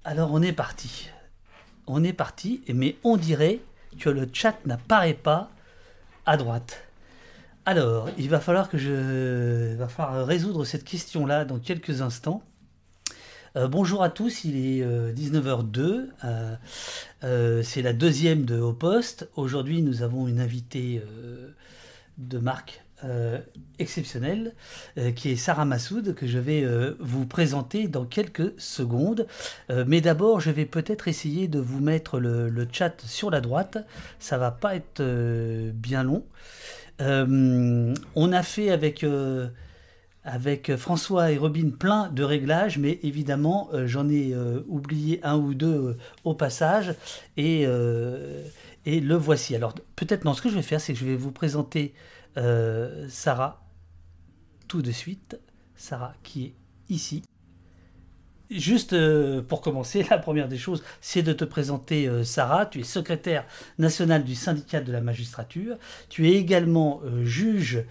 Alors on est parti. On est parti, mais on dirait que le chat n'apparaît pas à droite. Alors, il va falloir résoudre cette question-là dans quelques instants. Bonjour à tous, il est 19h02. C'est la deuxième de Au Poste. Aujourd'hui, nous avons une invitée de marque exceptionnelle qui est Sarah Massoud, que je vais vous présenter dans quelques secondes. Mais d'abord, je vais peut-être essayer de vous mettre le chat sur la droite. Ça va pas être bien long. On a fait avec François et Robin plein de réglages, mais évidemment j'en ai oublié un ou deux au passage, et, euh, et le voici. Alors peut-être non, ce que je vais faire, c'est que je vais vous présenter Sarah tout de suite. Sarah qui est ici. Juste pour commencer, la première des choses, c'est de te présenter Sarah. Tu es secrétaire nationale du syndicat de la magistrature. Tu es également juge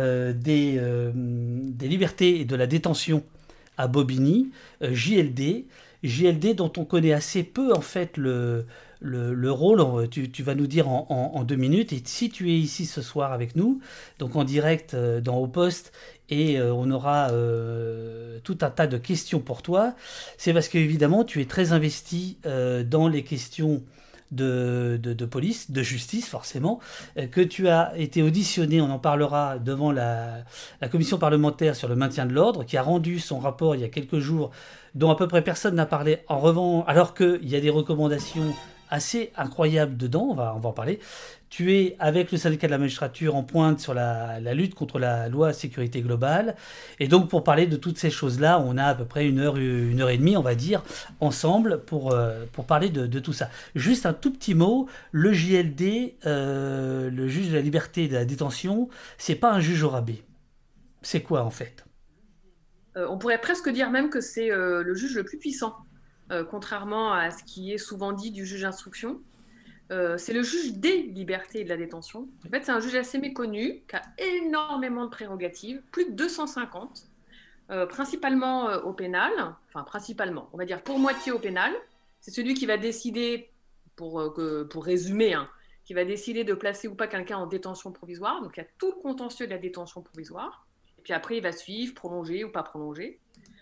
des libertés et de la détention à Bobigny, JLD. JLD dont on connaît assez peu en fait le rôle. Tu vas nous dire en 2 minutes. Et si tu es ici ce soir avec nous, donc en direct dans Au Poste, et on aura tout un tas de questions pour toi. C'est parce que évidemment tu es très investi dans les questions de police, de justice forcément, que tu as été auditionné, on en parlera, devant la commission parlementaire sur le maintien de l'ordre, qui a rendu son rapport il y a quelques jours, dont à peu près personne n'a parlé, en revanche, alors qu'il y a des recommandations assez incroyables dedans, on va en parler. Tu es, avec le syndicat de la magistrature, en pointe sur la lutte contre la loi sécurité globale. Et donc, pour parler de toutes ces choses-là, on a à peu près une heure et demie, on va dire, ensemble pour parler de tout ça. Juste un tout petit mot, le JLD, le juge de la liberté et de la détention, c'est pas un juge au rabais. C'est quoi, en fait? On pourrait presque dire même que c'est le juge le plus puissant, contrairement à ce qui est souvent dit du juge d'instruction. C'est le juge des libertés et de la détention. En fait, c'est un juge assez méconnu, qui a énormément de prérogatives, plus de 250, principalement au pénal, enfin principalement, on va dire pour moitié au pénal. C'est celui qui va décider, pour résumer, hein, qui va décider de placer ou pas quelqu'un en détention provisoire. Donc il y a tout le contentieux de la détention provisoire. Et puis après, il va suivre, prolonger ou pas prolonger.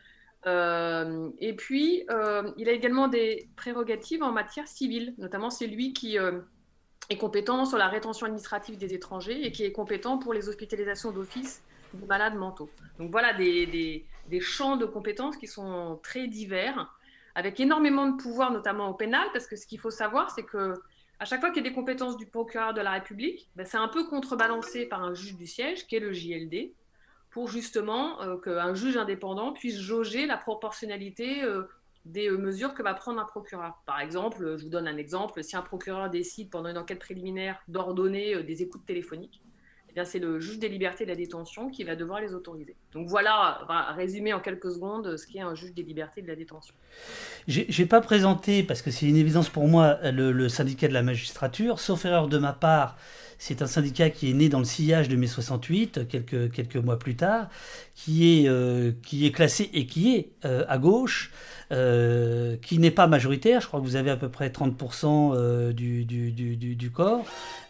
Et puis, il a également des prérogatives en matière civile. Notamment, c'est lui qui est compétent sur la rétention administrative des étrangers et qui est compétent pour les hospitalisations d'office de malades mentaux. Donc voilà des champs de compétences qui sont très divers, avec énormément de pouvoir, notamment au pénal, parce que ce qu'il faut savoir, c'est que à chaque fois qu'il y a des compétences du procureur de la République, ben, c'est un peu contrebalancé par un juge du siège, qui est le JLD, pour justement qu'un juge indépendant puisse jauger la proportionnalité des mesures que va prendre un procureur. Par exemple, je vous donne un exemple, si un procureur décide pendant une enquête préliminaire d'ordonner des écoutes téléphoniques, eh bien, c'est le juge des libertés et de la détention qui va devoir les autoriser. Donc voilà, on va résumer en quelques secondes ce qu'est un juge des libertés et de la détention. J'ai pas présenté, parce que c'est une évidence pour moi, le syndicat de la magistrature, sauf erreur de ma part. C'est un syndicat qui est né dans le sillage de mai 68, quelques mois plus tard, qui est classé et qui est à gauche, qui n'est pas majoritaire. Je crois que vous avez à peu près 30% du corps.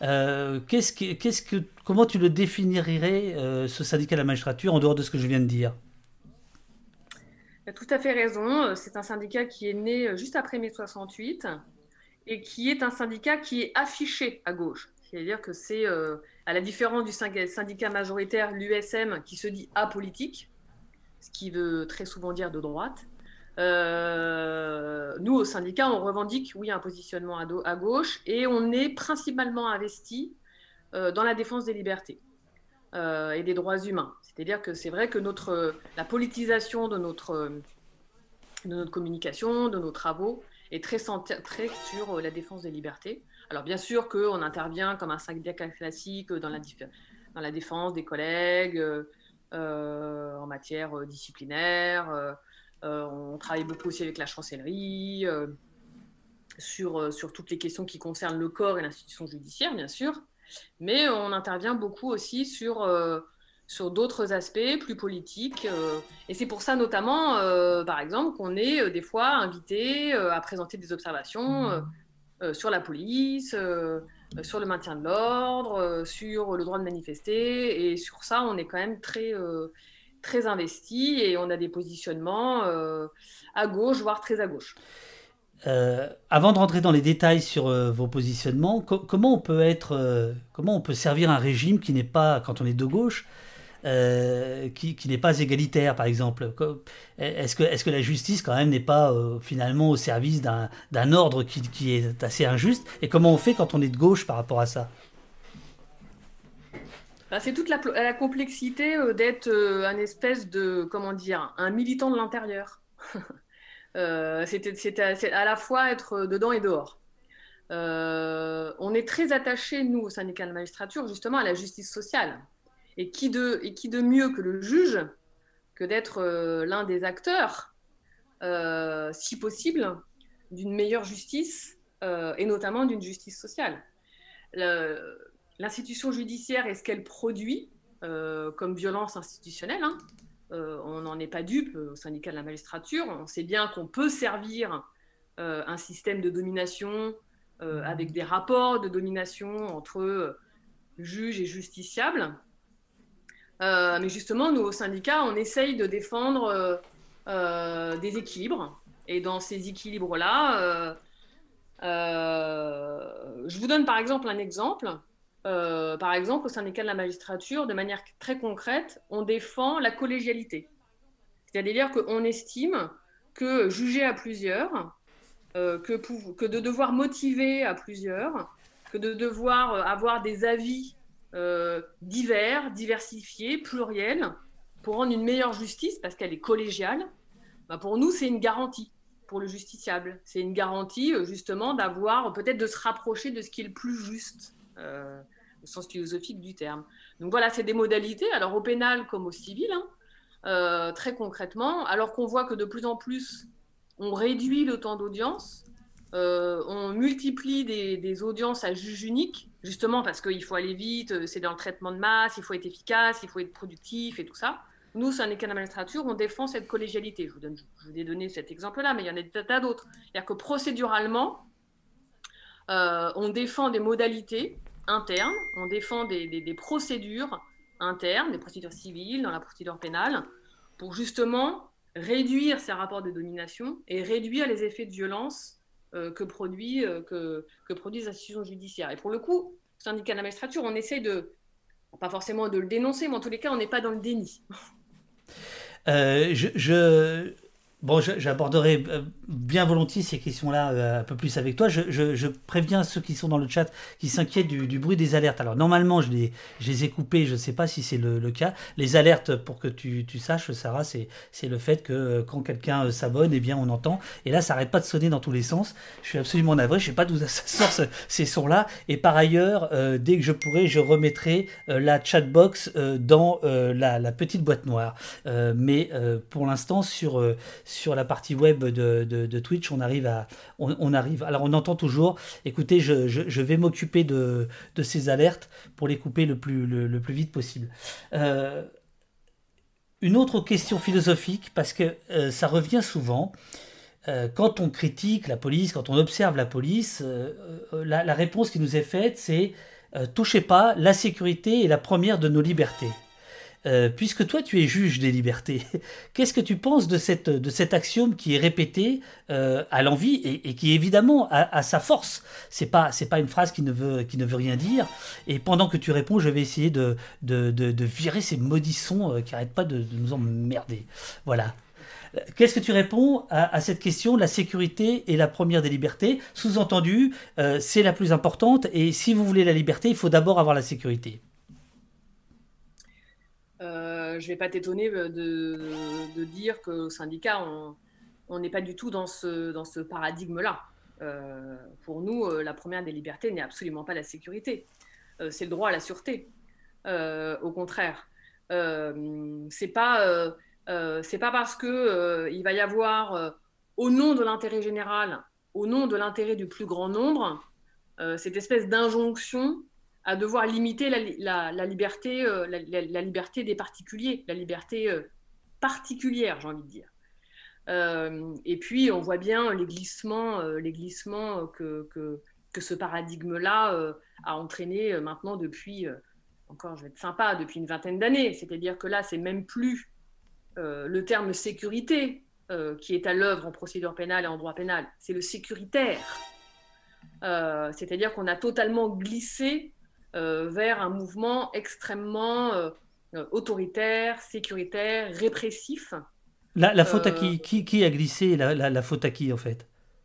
Comment tu le définirais, ce syndicat de la magistrature, en dehors de ce que je viens de dire? Tu as tout à fait raison, c'est un syndicat qui est né juste après mai 68 et qui est un syndicat qui est affiché à gauche. C'est-à-dire que c'est, à la différence du syndicat majoritaire, l'USM, qui se dit apolitique, ce qui veut très souvent dire de droite. Nous, au syndicat, on revendique, oui, un positionnement à gauche et on est principalement investi dans la défense des libertés et des droits humains. C'est-à-dire que c'est vrai que la politisation de notre communication, de nos travaux, est très centrée sur la défense des libertés. Alors bien sûr qu'on intervient comme un syndicat classique dans la défense des collègues, en matière disciplinaire. On travaille beaucoup aussi avec la chancellerie, sur toutes les questions qui concernent le corps et l'institution judiciaire, bien sûr. Mais on intervient beaucoup aussi sur d'autres aspects plus politiques. Et c'est pour ça notamment, par exemple, qu'on est des fois invité à présenter des observations sur la police, sur le maintien de l'ordre, sur le droit de manifester. Et sur ça, on est quand même très investi et on a des positionnements à gauche, voire très à gauche. Avant de rentrer dans les détails sur vos positionnements, comment on peut servir un régime qui n'est pas, quand on est de gauche, qui n'est pas égalitaire, par exemple. Est-ce que la justice, quand même, n'est pas finalement au service d'un ordre qui est assez injuste? Et comment on fait quand on est de gauche par rapport à ça? Bah, c'est toute la complexité d'être un espèce de, comment dire, un militant de l'intérieur. C'est à la fois être dedans et dehors. On est très attaché, nous, au syndicat de la magistrature, justement à la justice sociale. Et qui de mieux que le juge, que d'être l'un des acteurs, si possible, d'une meilleure justice, et notamment d'une justice sociale. L'institution judiciaire et ce qu'elle produit comme violence institutionnelle, hein, on n'en est pas dupe au syndicat de la magistrature. On sait bien qu'on peut servir un système de domination avec des rapports de domination entre juges et justiciables. Mais justement, nous, au syndicat, on essaye de défendre des équilibres. Et dans ces équilibres-là, je vous donne par exemple un exemple. Par exemple, au syndicat de la magistrature, de manière très concrète, on défend la collégialité. C'est-à-dire qu'on estime que juger à plusieurs, que de devoir motiver à plusieurs, que de devoir avoir des avis divers, diversifiés, pluriels, pour rendre une meilleure justice, parce qu'elle est collégiale, bah pour nous, c'est une garantie pour le justiciable. C'est une garantie, justement, d'avoir, peut-être de se rapprocher de ce qui est le plus juste, au sens philosophique du terme. Donc voilà, c'est des modalités, alors au pénal comme au civil, hein, très concrètement, alors qu'on voit que de plus en plus, on réduit le temps d'audience, on multiplie des audiences à juge unique, justement parce qu'il faut aller vite, c'est dans le traitement de masse, il faut être efficace, il faut être productif et tout ça. Nous, syndicat de la magistrature, on défend cette collégialité. Je vous ai donné cet exemple-là, mais il y en a des tas d'autres. C'est-à-dire que procéduralement, on défend des modalités internes, on défend des procédures internes, des procédures civiles, dans la procédure pénale, pour justement réduire ces rapports de domination et réduire les effets de violence que produisent les institutions judiciaires. Et pour le coup, le syndicat de la magistrature, on essaye pas forcément de le dénoncer, mais en tous les cas, on n'est pas dans le déni. Euh, je, je, Bon, j'aborderai bien volontiers ces questions-là un peu plus avec toi. Je préviens ceux qui sont dans le chat qui s'inquiètent du bruit des alertes. Alors normalement, je les ai coupés, je ne sais pas si c'est le cas. Les alertes, pour que tu saches, Sarah, c'est le fait que quand quelqu'un s'abonne, eh bien on entend. Et là, ça n'arrête pas de sonner dans tous les sens. Je suis absolument navré, je ne sais pas d'où ça sort ces sons-là. Et par ailleurs, dès que je pourrai, je remettrai la chatbox dans la petite boîte noire. Mais pour l'instant, sur la partie web de Twitch, on arrive. Alors on entend toujours. Écoutez, je vais m'occuper de ces alertes pour les couper le plus vite possible. Une autre question philosophique, parce que ça revient souvent. Quand on critique la police, quand on observe la police, la réponse qui nous est faite, c'est touchez pas, la sécurité est la première de nos libertés. Puisque toi tu es juge des libertés, qu'est-ce que tu penses de cet axiome qui est répété à l'envi et qui évidemment a sa force. C'est pas une phrase qui ne veut rien dire. Et pendant que tu réponds, je vais essayer de virer ces maudits sons qui n'arrêtent pas de nous emmerder. Voilà. Qu'est-ce que tu réponds à cette question? La sécurité est la première des libertés. Sous-entendu, c'est la plus importante. Et si vous voulez la liberté, il faut d'abord avoir la sécurité. Je ne vais pas t'étonner de dire qu'au syndicat, on n'est pas du tout dans ce paradigme-là. Pour nous, la première des libertés n'est absolument pas la sécurité. C'est le droit à la sûreté. Au contraire. C'est pas parce que il va y avoir, au nom de l'intérêt général, au nom de l'intérêt du plus grand nombre, cette espèce d'injonction à devoir limiter la liberté, la liberté des particuliers, la liberté particulière, j'ai envie de dire. Et puis, on voit bien les glissements que ce paradigme-là a entraîné maintenant depuis, encore je vais être sympa, depuis une vingtaine d'années. C'est-à-dire que là, c'est même plus le terme sécurité qui est à l'œuvre en procédure pénale et en droit pénal, c'est le sécuritaire. C'est-à-dire qu'on a totalement glissé vers un mouvement extrêmement autoritaire, sécuritaire, répressif. La faute à qui a glissé la faute à qui, en fait?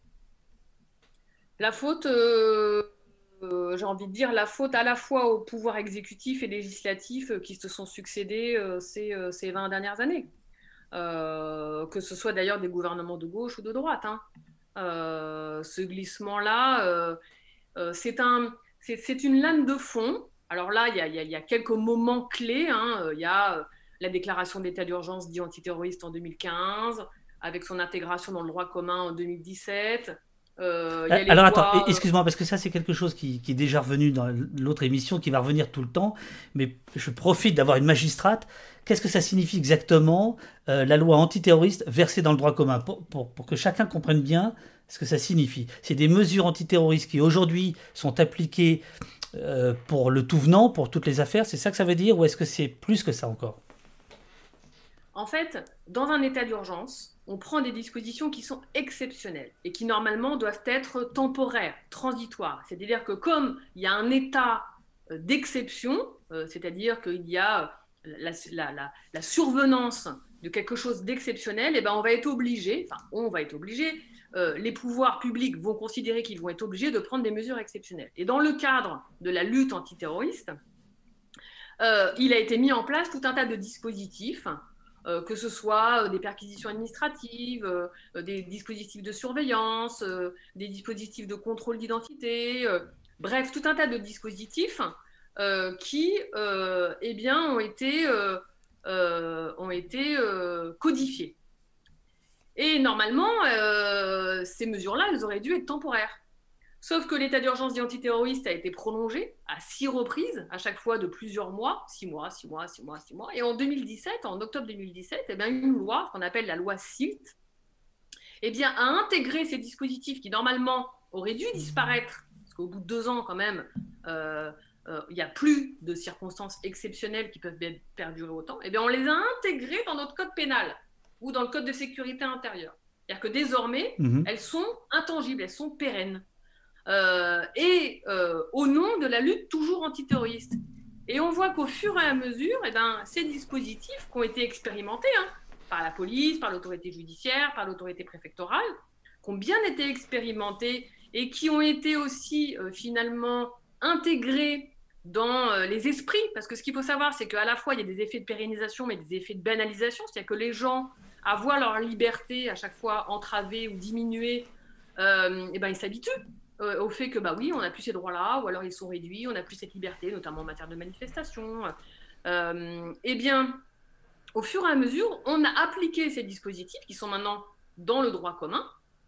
La faute, j'ai envie de dire, la faute à la fois au pouvoir exécutif et législatif qui se sont succédés ces 20 dernières années. Que ce soit d'ailleurs des gouvernements de gauche ou de droite. Hein. Ce glissement-là, c'est une lame de fond. Alors là, il y a quelques moments clés. Hein. Il y a la déclaration d'état d'urgence dit antiterroriste en 2015, avec son intégration dans le droit commun en 2017. Alors attends, excuse-moi, parce que ça c'est quelque chose qui est déjà revenu dans l'autre émission, qui va revenir tout le temps, mais je profite d'avoir une magistrate. Qu'est-ce que ça signifie exactement, la loi antiterroriste versée dans le droit commun, pour que chacun comprenne bien ce que ça signifie? C'est des mesures antiterroristes qui aujourd'hui sont appliquées pour le tout venant, pour toutes les affaires, c'est ça que ça veut dire, ou est-ce que c'est plus que ça encore? En fait, dans un état d'urgence, on prend des dispositions qui sont exceptionnelles et qui normalement doivent être temporaires, transitoires. C'est-à-dire que comme il y a un état d'exception, c'est-à-dire qu'il y a la survenance de quelque chose d'exceptionnel, et ben on va être obligé, les pouvoirs publics vont considérer qu'ils vont être obligés de prendre des mesures exceptionnelles. Et dans le cadre de la lutte antiterroriste, il a été mis en place tout un tas de dispositifs, que ce soit des perquisitions administratives, des dispositifs de surveillance, des dispositifs de contrôle d'identité, bref, tout un tas de dispositifs qui ont été codifiés. Et normalement, ces mesures-là, elles auraient dû être temporaires. Sauf que l'état d'urgence dit antiterroriste a été prolongé à 6 reprises, à chaque fois de plusieurs mois, 6 mois. Et en 2017, en octobre 2017, une loi qu'on appelle la loi SILT a intégré ces dispositifs qui normalement auraient dû disparaître, parce qu'au bout de 2 ans quand même, il n'y a plus de circonstances exceptionnelles qui peuvent perdurer autant. On les a intégrés dans notre code pénal ou dans le code de sécurité intérieure. C'est-à-dire que désormais, elles sont intangibles, elles sont pérennes. Au nom de la lutte toujours antiterroriste. Et on voit qu'au fur et à mesure, ces dispositifs qui ont été expérimentés par la police, par l'autorité judiciaire, par l'autorité préfectorale, qui ont bien été expérimentés et qui ont été aussi finalement intégrés dans les esprits, parce que ce qu'il faut savoir, c'est qu'à la fois, il y a des effets de pérennisation, mais des effets de banalisation, c'est-à-dire que les gens, à voir leur liberté à chaque fois entravée ou diminuée, ils s'habituent au fait que, oui, on n'a plus ces droits-là, ou alors ils sont réduits, on n'a plus cette liberté, notamment en matière de manifestation. Au fur et à mesure, on a appliqué ces dispositifs, qui sont maintenant dans le droit commun,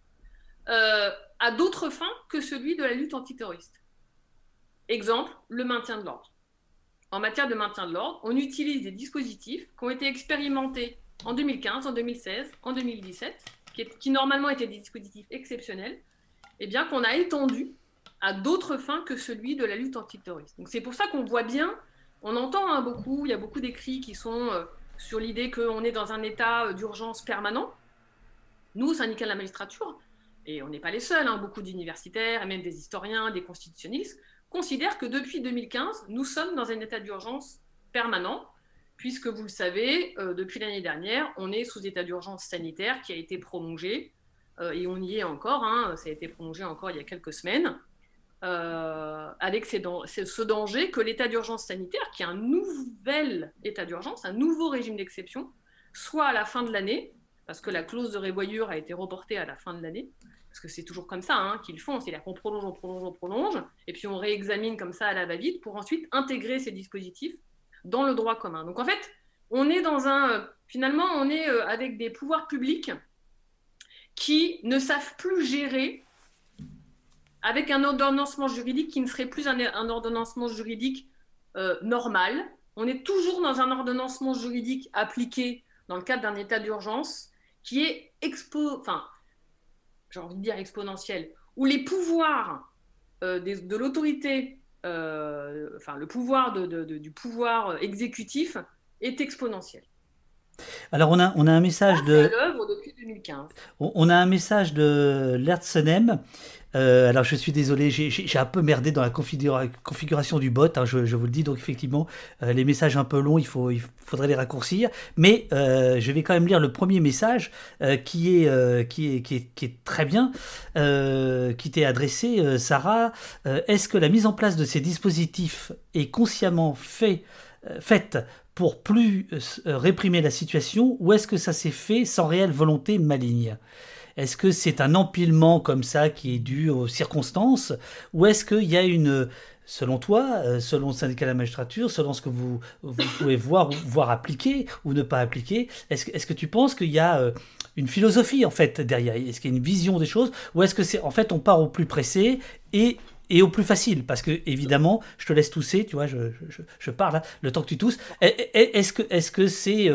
à d'autres fins que celui de la lutte antiterroriste. Exemple, le maintien de l'ordre. En matière de maintien de l'ordre, on utilise des dispositifs qui ont été expérimentés en 2015, en 2016, en 2017, qui normalement étaient des dispositifs exceptionnels, qu'on a étendu à d'autres fins que celui de la lutte antiterroriste. Donc c'est pour ça qu'on voit bien, on entend beaucoup, il y a beaucoup d'écrits qui sont sur l'idée qu'on est dans un état d'urgence permanent. Nous, au syndicat de la magistrature, et on n'est pas les seuls, beaucoup d'universitaires, et même des historiens, des constitutionnalistes, considèrent que depuis 2015, nous sommes dans un état d'urgence permanent, puisque vous le savez, depuis l'année dernière, on est sous état d'urgence sanitaire qui a été prolongé, et on y est encore, ça a été prolongé encore il y a quelques semaines, avec ce danger que l'état d'urgence sanitaire, qui est un nouvel état d'urgence, un nouveau régime d'exception, soit à la fin de l'année, parce que la clause de révoyure a été reportée à la fin de l'année, parce que c'est toujours comme ça qu'ils font, c'est-à-dire qu'on prolonge, et puis on réexamine comme ça à la va-vite pour ensuite intégrer ces dispositifs dans le droit commun. Donc en fait, on est finalement, on est avec des pouvoirs publics qui ne savent plus gérer avec un ordonnancement juridique qui ne serait plus un ordonnancement juridique normal. On est toujours dans un ordonnancement juridique appliqué dans le cadre d'un état d'urgence qui est j'ai envie de dire exponentiel, où les pouvoirs de l'autorité, le pouvoir du pouvoir exécutif est exponentiel. Alors on a un message C'est à de l'œuvre depuis 2015. on a un message de Lertsenem. Alors je suis désolé, j'ai un peu merdé dans la configuration du bot, hein, je vous le dis, donc effectivement les messages un peu longs, il faudrait les raccourcir, mais je vais quand même lire le premier message qui est très bien, qui t'est adressé, Sarah. Est-ce que la mise en place de ces dispositifs est consciemment faite pour plus réprimer la situation, ou est-ce que ça s'est fait sans réelle volonté maligne? Est-ce que c'est un empilement comme ça qui est dû aux circonstances, ou est-ce qu'il y a selon toi, selon le syndicat de la magistrature, selon ce que vous pouvez voir appliquer ou ne pas appliquer, est-ce que tu penses qu'il y a une philosophie en fait derrière? Est-ce qu'il y a une vision des choses, ou est-ce que c'est en fait on part au plus pressé et au plus facile, parce que évidemment, je te laisse tousser, tu vois, je parle là, le temps que tu tousses. Est-ce que c'est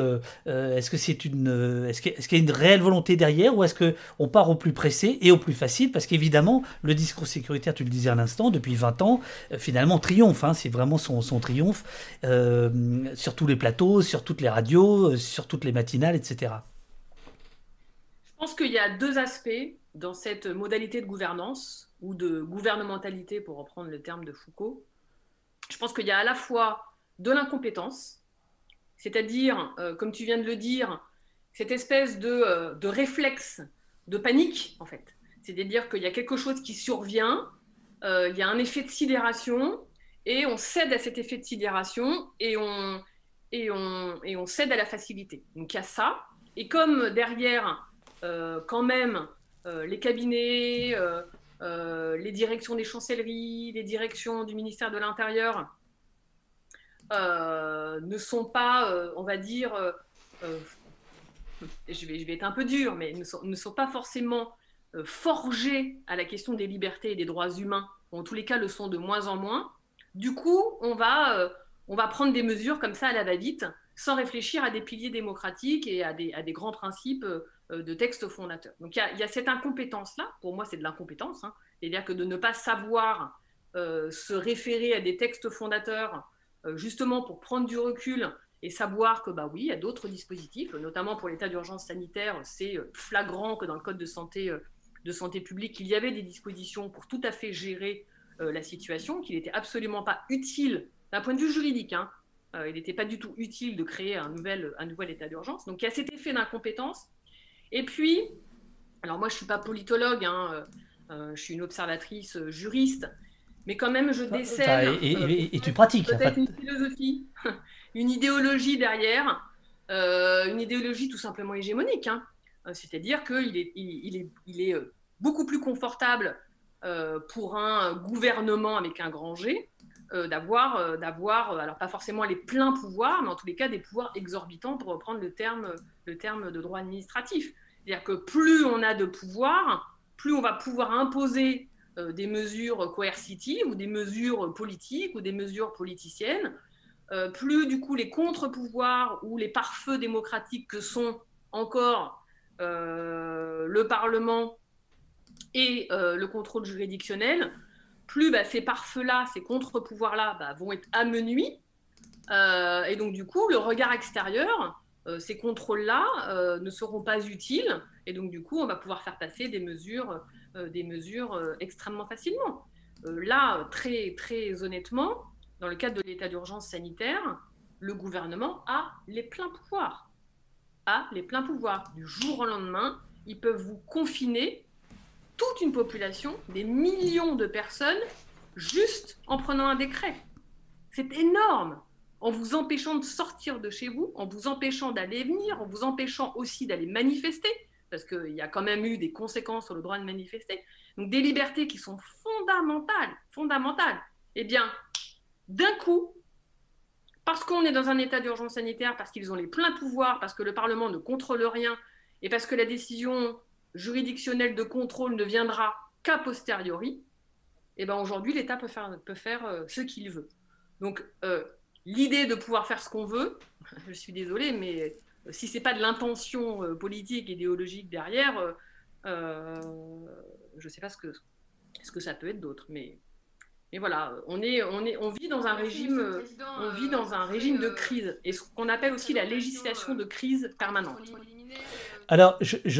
est-ce qu'il y a une réelle volonté derrière, ou est-ce que on part au plus pressé et au plus facile, parce qu'évidemment, le discours sécuritaire, tu le disais à l'instant, depuis 20 ans, finalement triomphe, hein, c'est vraiment son triomphe sur tous les plateaux, sur toutes les radios, sur toutes les matinales, etc. Je pense qu'il y a deux aspects dans cette modalité de gouvernance ou de gouvernementalité, pour reprendre le terme de Foucault. Je pense qu'il y a à la fois de l'incompétence, c'est-à-dire, comme tu viens de le dire, cette espèce de réflexe de panique, en fait. C'est-à-dire qu'il y a quelque chose qui survient, il y a un effet de sidération, et on cède à cet effet de sidération, et on cède à la facilité. Donc il y a ça, et comme derrière, quand même, les cabinets, les directions des chancelleries, les directions du ministère de l'Intérieur ne sont pas, on va dire, je vais être un peu dur, mais ne sont pas forcément forgés à la question des libertés et des droits humains, ou en tous les cas le sont de moins en moins. Du coup, on va prendre des mesures comme ça à la va-vite, sans réfléchir à des piliers démocratiques et à des grands principes de textes fondateurs. Donc il y a cette incompétence-là, pour moi c'est de l'incompétence, hein. C'est-à-dire que de ne pas savoir se référer à des textes fondateurs, justement pour prendre du recul et savoir que, bah oui, il y a d'autres dispositifs, notamment pour l'état d'urgence sanitaire, c'est flagrant que dans le code de santé publique, il y avait des dispositions pour tout à fait gérer la situation, qu'il n'était absolument pas utile, d'un point de vue juridique, hein, il n'était pas du tout utile de créer un nouvel état d'urgence. Donc il y a cet effet d'incompétence. Et puis, alors moi je ne suis pas politologue, hein, je suis une observatrice juriste, mais quand même je décèle et tu pratiques peut-être une philosophie, une idéologie derrière, une idéologie tout simplement hégémonique, hein. C'est-à-dire qu'il est beaucoup plus confortable pour un gouvernement avec un grand G d'avoir, alors pas forcément les pleins pouvoirs, mais en tous les cas des pouvoirs exorbitants, pour reprendre le terme de droit administratif. C'est-à-dire que plus on a de pouvoir, plus on va pouvoir imposer des mesures coercitives ou des mesures politiques ou des mesures politiciennes, plus du coup les contre-pouvoirs ou les pare-feux démocratiques que sont encore le Parlement et le contrôle juridictionnel, plus ces pare-feux-là, ces contre-pouvoirs-là vont être amenuis. Et donc du coup, le regard extérieur, ces contrôles-là ne seront pas utiles. Et donc du coup, on va pouvoir faire passer des mesures extrêmement facilement. Là, très, très honnêtement, dans le cadre de l'état d'urgence sanitaire, le gouvernement a les pleins pouvoirs. Du jour au lendemain, ils peuvent vous confiner toute une population, des millions de personnes, juste en prenant un décret. C'est énorme. En vous empêchant de sortir de chez vous, en vous empêchant d'aller venir, en vous empêchant aussi d'aller manifester, parce qu'il y a quand même eu des conséquences sur le droit de manifester. Donc des libertés qui sont fondamentales. Eh bien, d'un coup, parce qu'on est dans un état d'urgence sanitaire, parce qu'ils ont les pleins pouvoirs, parce que le Parlement ne contrôle rien, et parce que la décision juridictionnelle de contrôle ne viendra qu'a posteriori, et ben aujourd'hui, l'État peut faire ce qu'il veut. Donc, l'idée de pouvoir faire ce qu'on veut, je suis désolée, mais si ce n'est pas de l'intention politique, idéologique derrière, je ne sais pas ce que ça peut être d'autre. Mais voilà, on vit dans un régime, on vit dans un régime de crise, et ce qu'on appelle aussi la législation de crise permanente. Alors,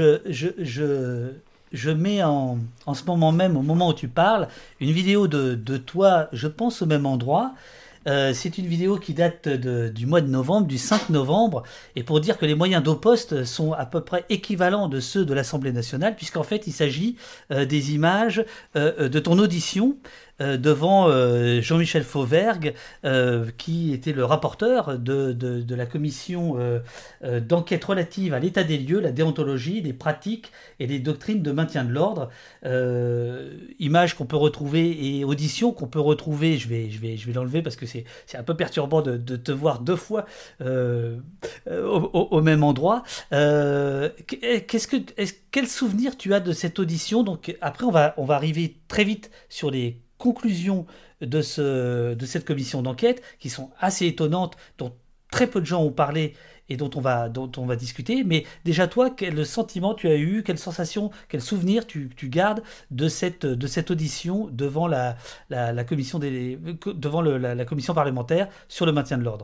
je mets en ce moment même, au moment où tu parles, une vidéo de toi, je pense au même endroit. C'est une vidéo qui date du mois de novembre, du 5 novembre, et pour dire que les moyens d'Au-Poste sont à peu près équivalents de ceux de l'Assemblée nationale, puisqu'en fait il s'agit des images de ton audition devant Jean-Michel Fauvergue, qui était le rapporteur de la commission d'enquête relative à l'état des lieux, la déontologie, les pratiques et les doctrines de maintien de l'ordre. Images qu'on peut retrouver et auditions qu'on peut retrouver, je vais l'enlever parce que c'est un peu perturbant de te voir deux fois au même endroit. Quel souvenir tu as de cette audition? Donc après on va arriver très vite sur les conclusions de cette commission d'enquête qui sont assez étonnantes, dont très peu de gens ont parlé et dont on va discuter. Mais déjà toi, quel sentiment tu as eu, quelle sensation, quel souvenir tu gardes de cette audition devant la commission devant la commission parlementaire sur le maintien de l'ordre?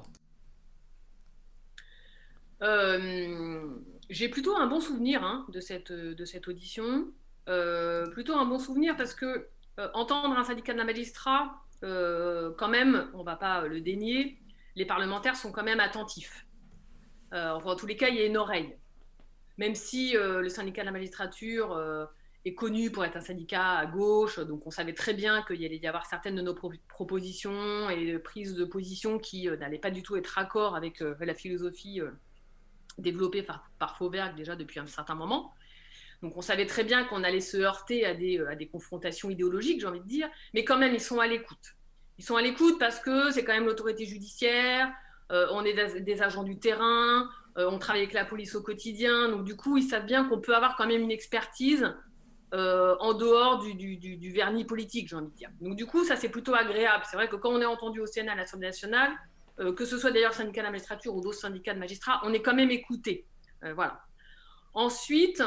J'ai plutôt un bon souvenir hein, de cette audition. Plutôt un bon souvenir parce que entendre un syndicat de la magistrat, quand même, on ne va pas le dénier, les parlementaires sont quand même attentifs. Enfin, en tous les cas, il y a une oreille. Même si le syndicat de la magistrature est connu pour être un syndicat à gauche, donc on savait très bien qu'il allait y avoir certaines de nos propositions et prises de position qui n'allaient pas du tout être raccord avec la philosophie développée par Fauvergue déjà depuis un certain moment. Donc on savait très bien qu'on allait se heurter à des confrontations idéologiques, j'ai envie de dire, mais quand même, ils sont à l'écoute. Ils sont à l'écoute parce que c'est quand même l'autorité judiciaire, on est des agents du terrain, on travaille avec la police au quotidien, donc du coup, ils savent bien qu'on peut avoir quand même une expertise en dehors du vernis politique, j'ai envie de dire. Donc du coup, ça, c'est plutôt agréable. C'est vrai que quand on est entendu au Sénat, à l'Assemblée nationale, que ce soit d'ailleurs le syndicat de la magistrature ou d'autres syndicats de magistrats, on est quand même écouté. Voilà. Ensuite,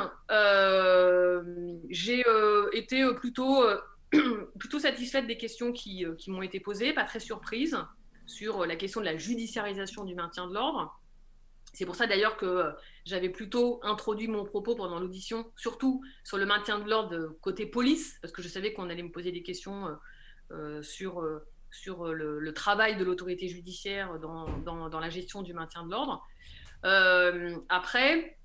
j'ai été plutôt satisfaite des questions qui m'ont été posées, pas très surprise, sur la question de la judiciarisation du maintien de l'ordre. C'est pour ça d'ailleurs que j'avais plutôt introduit mon propos pendant l'audition, surtout sur le maintien de l'ordre côté police, parce que je savais qu'on allait me poser des questions sur le travail de l'autorité judiciaire dans la gestion du maintien de l'ordre. Après,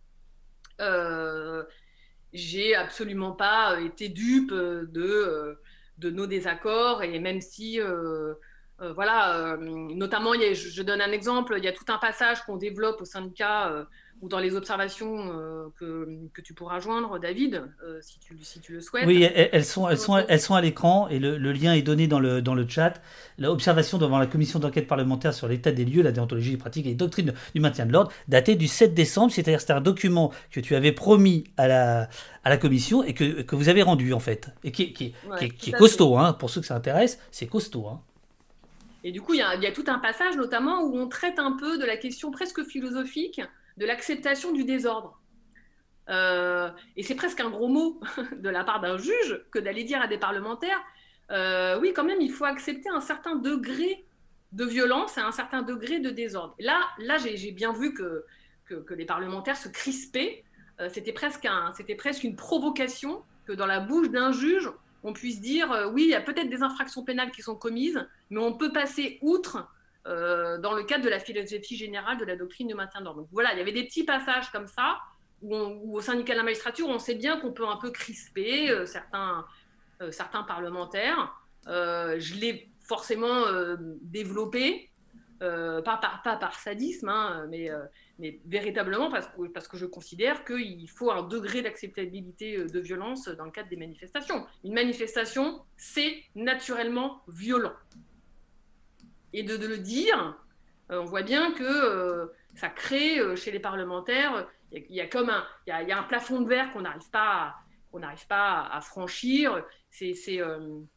j'ai absolument pas été dupe de nos désaccords, et même si voilà, notamment je donne un exemple, il y a tout un passage qu'on développe au syndicat ou dans les observations que tu pourras joindre, David, si tu le souhaites. Oui, elles sont à l'écran et le lien est donné dans le chat. L'observation devant la commission d'enquête parlementaire sur l'état des lieux, la déontologie, les pratiques et les doctrines du maintien de l'ordre, daté du 7 décembre, c'est-à-dire c'était un document que tu avais promis à la commission et que vous avez rendu en fait. Et qui est costaud, hein, pour ceux que ça intéresse, c'est costaud. Hein. Et du coup, il y a tout un passage notamment où on traite un peu de la question presque philosophique de l'acceptation du désordre. Et c'est presque un gros mot de la part d'un juge que d'aller dire à des parlementaires oui, quand même, il faut accepter un certain degré de violence et un certain degré de désordre. Là j'ai bien vu que les parlementaires se crispaient. C'était presque une provocation que dans la bouche d'un juge, on puisse dire oui, il y a peut-être des infractions pénales qui sont commises, mais on peut passer outre dans le cadre de la philosophie générale de la doctrine de maintien de l'ordre. Donc voilà, il y avait des petits passages comme ça où au syndicat de la magistrature, on sait bien qu'on peut un peu crisper certains parlementaires. Je l'ai forcément développé, pas par sadisme, hein, mais véritablement parce que je considère qu'il faut un degré d'acceptabilité de violence dans le cadre des manifestations. Une manifestation, c'est naturellement violent. Et de le dire, on voit bien que ça crée chez les parlementaires, il y a un plafond de verre qu'on n'arrive pas à franchir.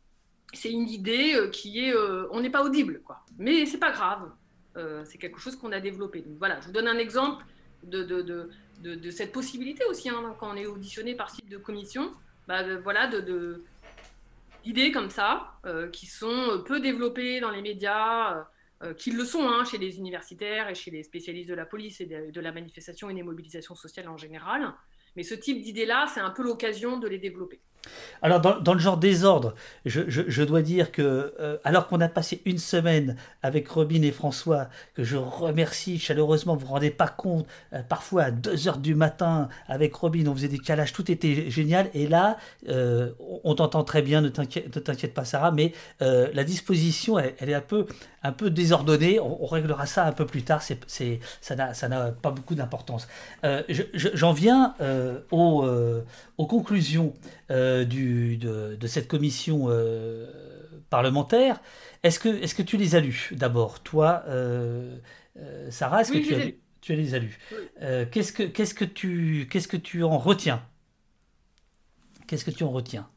c'est une idée qui est... on n'est pas audible, quoi. Mais c'est pas grave. C'est quelque chose qu'on a développé. Donc voilà, je vous donne un exemple de cette possibilité aussi, hein, quand on est auditionné par type de commission, voilà, d'idées comme ça, qui sont peu développées dans les médias, qui le sont, hein, chez les universitaires et chez les spécialistes de la police et de la manifestation et des mobilisations sociales en général. Mais ce type d'idées-là, c'est un peu l'occasion de les développer. Alors, dans le genre désordre, je dois dire que, alors qu'on a passé une semaine avec Robin et François, que je remercie chaleureusement, vous vous rendez pas compte, parfois à 2 heures du matin, avec Robin, on faisait des calages, tout était génial. Et là, on t'entend très bien, ne t'inquiète pas, Sarah, mais la disposition, elle est un peu désordonnée. On réglera ça un peu plus tard, ça n'a pas beaucoup d'importance. J'en viens aux conclusions de cette commission parlementaire. Est-ce que tu les as lus d'abord? Toi, Sarah, est-ce que Oui, je les ai lus. tu les as lus? Oui. Qu'est-ce que tu en retiens? Qu'est-ce que tu en retiens?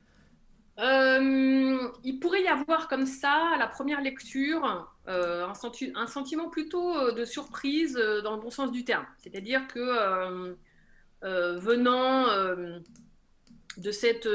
Il pourrait y avoir comme ça, à la première lecture, un sentiment plutôt de surprise dans le bon sens du terme. C'est-à-dire que venant de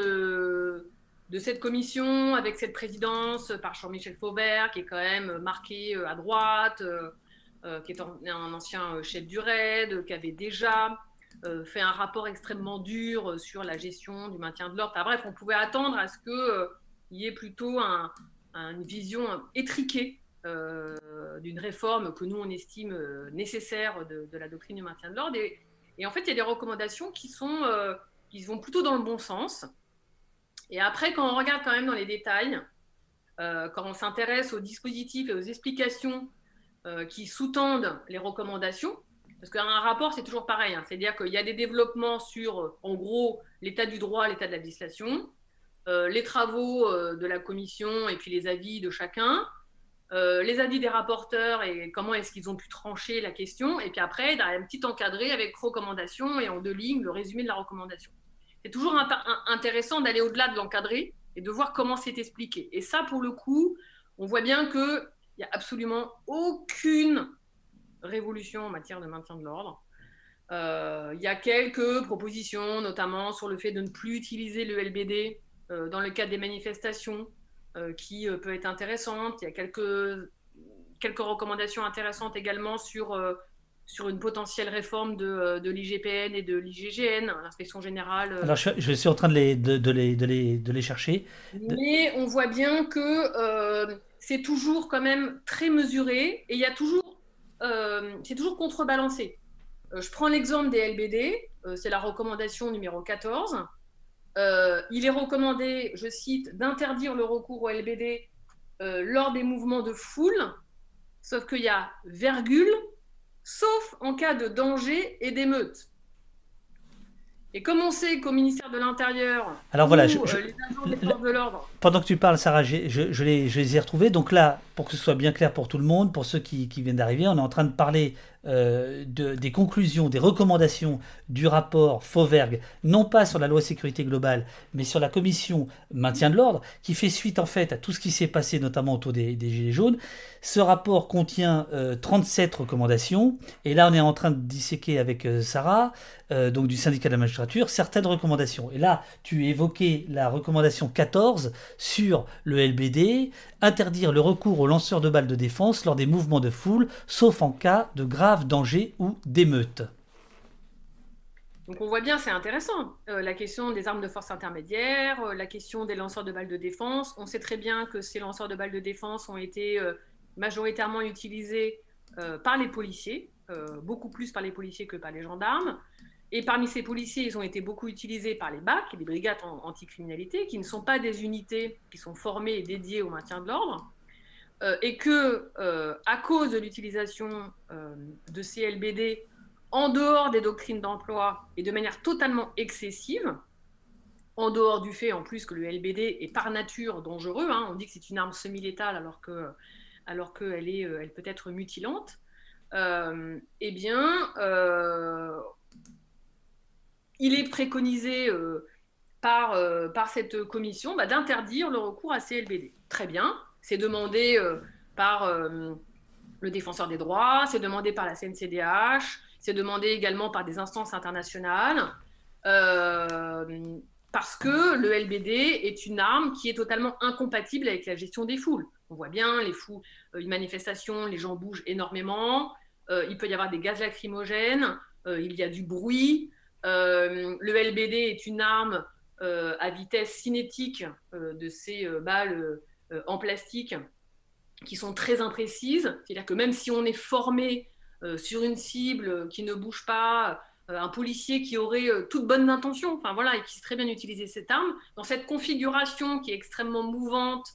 cette commission, avec cette présidence par Jean-Michel Fauvert, qui est quand même marqué à droite, qui est un ancien chef du RAID, qui avait déjà fait un rapport extrêmement dur sur la gestion du maintien de l'ordre. Enfin, bref, on pouvait attendre à ce qu'il y ait plutôt une vision étriquée d'une réforme que nous, on estime nécessaire de la doctrine du maintien de l'ordre. Et en fait, il y a des recommandations qui vont plutôt dans le bon sens. Et après, quand on regarde quand même dans les détails, quand on s'intéresse aux dispositifs et aux explications qui sous-tendent les recommandations, parce qu'un rapport, c'est toujours pareil, hein, c'est-à-dire qu'il y a des développements sur, en gros, l'état du droit, l'état de la législation, les travaux de la commission et puis les avis de chacun, les avis des rapporteurs et comment est-ce qu'ils ont pu trancher la question, et puis après, il y a un petit encadré avec recommandations et en 2 lignes, le résumé de la recommandation. C'est toujours intéressant d'aller au-delà de l'encadré et de voir comment c'est expliqué. Et ça, pour le coup, on voit bien qu'il n'y a absolument aucune révolution en matière de maintien de l'ordre. Il y a quelques propositions, notamment sur le fait de ne plus utiliser le LBD dans le cadre des manifestations, qui peut être intéressante. Il y a quelques recommandations intéressantes également sur une potentielle réforme de l'IGPN et de l'IGGN, l'inspection générale. Alors, je suis en train de les chercher. Mais on voit bien que c'est toujours quand même très mesuré et il y a toujours, c'est toujours contrebalancé. Je prends l'exemple des LBD, c'est la recommandation numéro 14. Il est recommandé, je cite, d'interdire le recours au LBD lors des mouvements de foule, sauf qu'il y a virgule, sauf en cas de danger et d'émeute. Et comme on sait qu'au ministère de l'Intérieur, Alors voilà, les agents des forces de l'ordre... Pendant que tu parles, Sarah, je les ai retrouvés. Donc là, pour que ce soit bien clair pour tout le monde, pour ceux qui viennent d'arriver, on est en train de parler des conclusions, des recommandations du rapport Fauvergue, non pas sur la loi sécurité globale, mais sur la commission maintien de l'ordre, qui fait suite en fait à tout ce qui s'est passé, notamment autour des Gilets jaunes. Ce rapport contient 37 recommandations, et là on est en train de disséquer avec Sarah, donc du syndicat de la magistrature, certaines recommandations. Et là, tu évoquais la recommandation 14 sur le LBD, interdire le recours aux lanceurs de balles de défense lors des mouvements de foule, sauf en cas de grave danger ou d'émeute. Donc on voit bien, c'est intéressant. La question des armes de force intermédiaire, la question des lanceurs de balles de défense. On sait très bien que ces lanceurs de balles de défense ont été majoritairement utilisés par les policiers, beaucoup plus par les policiers que par les gendarmes. Et parmi ces policiers, ils ont été beaucoup utilisés par les BAC, les brigades anticriminalité, qui ne sont pas des unités qui sont formées et dédiées au maintien de l'ordre, et que, à cause de l'utilisation de ces LBD en dehors des doctrines d'emploi et de manière totalement excessive, en dehors du fait en plus que le LBD est par nature dangereux, hein, on dit que c'est une arme semi-létale alors qu'elle elle peut être mutilante, eh bien, il est préconisé par cette commission d'interdire le recours à ces LBD. Très bien, c'est demandé par le défenseur des droits, c'est demandé par la CNCDH, c'est demandé également par des instances internationales, parce que le LBD est une arme qui est totalement incompatible avec la gestion des foules. On voit bien, une manifestation, les gens bougent énormément, il peut y avoir des gaz lacrymogènes, il y a du bruit. Le LBD est une arme à vitesse cinétique de ces balles en plastique qui sont très imprécises. C'est-à-dire que même si on est formé sur une cible qui ne bouge pas, un policier qui aurait toute bonne intention, et qui sait très bien utiliser cette arme, dans cette configuration qui est extrêmement mouvante,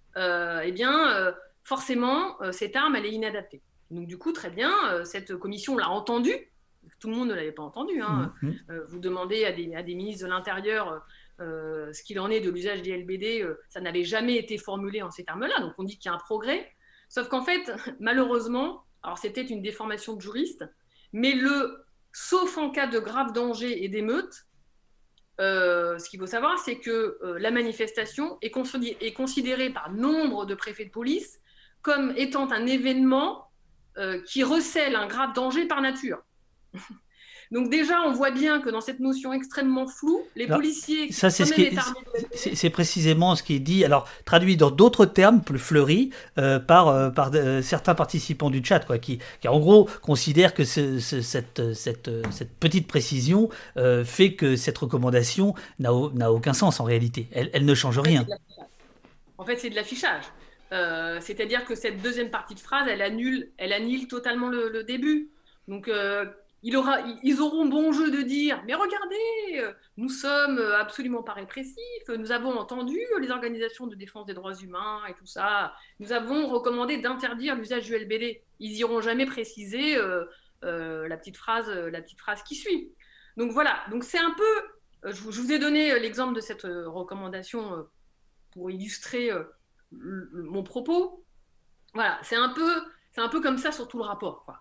forcément, cette arme, elle est inadaptée. Donc du coup, très bien, cette commission l'a entendu. Tout le monde ne l'avait pas entendu. Vous demandez à des ministres de l'Intérieur ce qu'il en est de l'usage des LBD, ça n'avait jamais été formulé en ces termes-là. Donc on dit qu'il y a un progrès. Sauf qu'en fait, malheureusement, alors c'était une déformation de juriste, mais sauf en cas de grave danger et d'émeute, ce qu'il faut savoir, c'est que la manifestation est considérée par nombre de préfets de police comme étant un événement qui recèle un grave danger par nature. Donc déjà, on voit bien que dans cette notion extrêmement floue, les policiers... C'est précisément ce qui est dit, alors traduit dans d'autres termes plus fleuris par certains participants du chat, qui en gros considèrent que cette petite précision fait que cette recommandation n'a aucun sens en réalité. Elle ne change rien. En fait, c'est de l'affichage. C'est-à-dire que cette deuxième partie de phrase, elle annule totalement le début. Donc... ils auront bon jeu de dire « Mais regardez, nous sommes absolument pas répressifs, nous avons entendu les organisations de défense des droits humains et tout ça, nous avons recommandé d'interdire l'usage du LBD. » Ils n'iront jamais préciser la petite phrase qui suit. Donc voilà, donc c'est un peu... je vous ai donné l'exemple de cette recommandation pour illustrer mon propos. Voilà, c'est un peu comme ça sur tout le rapport, quoi.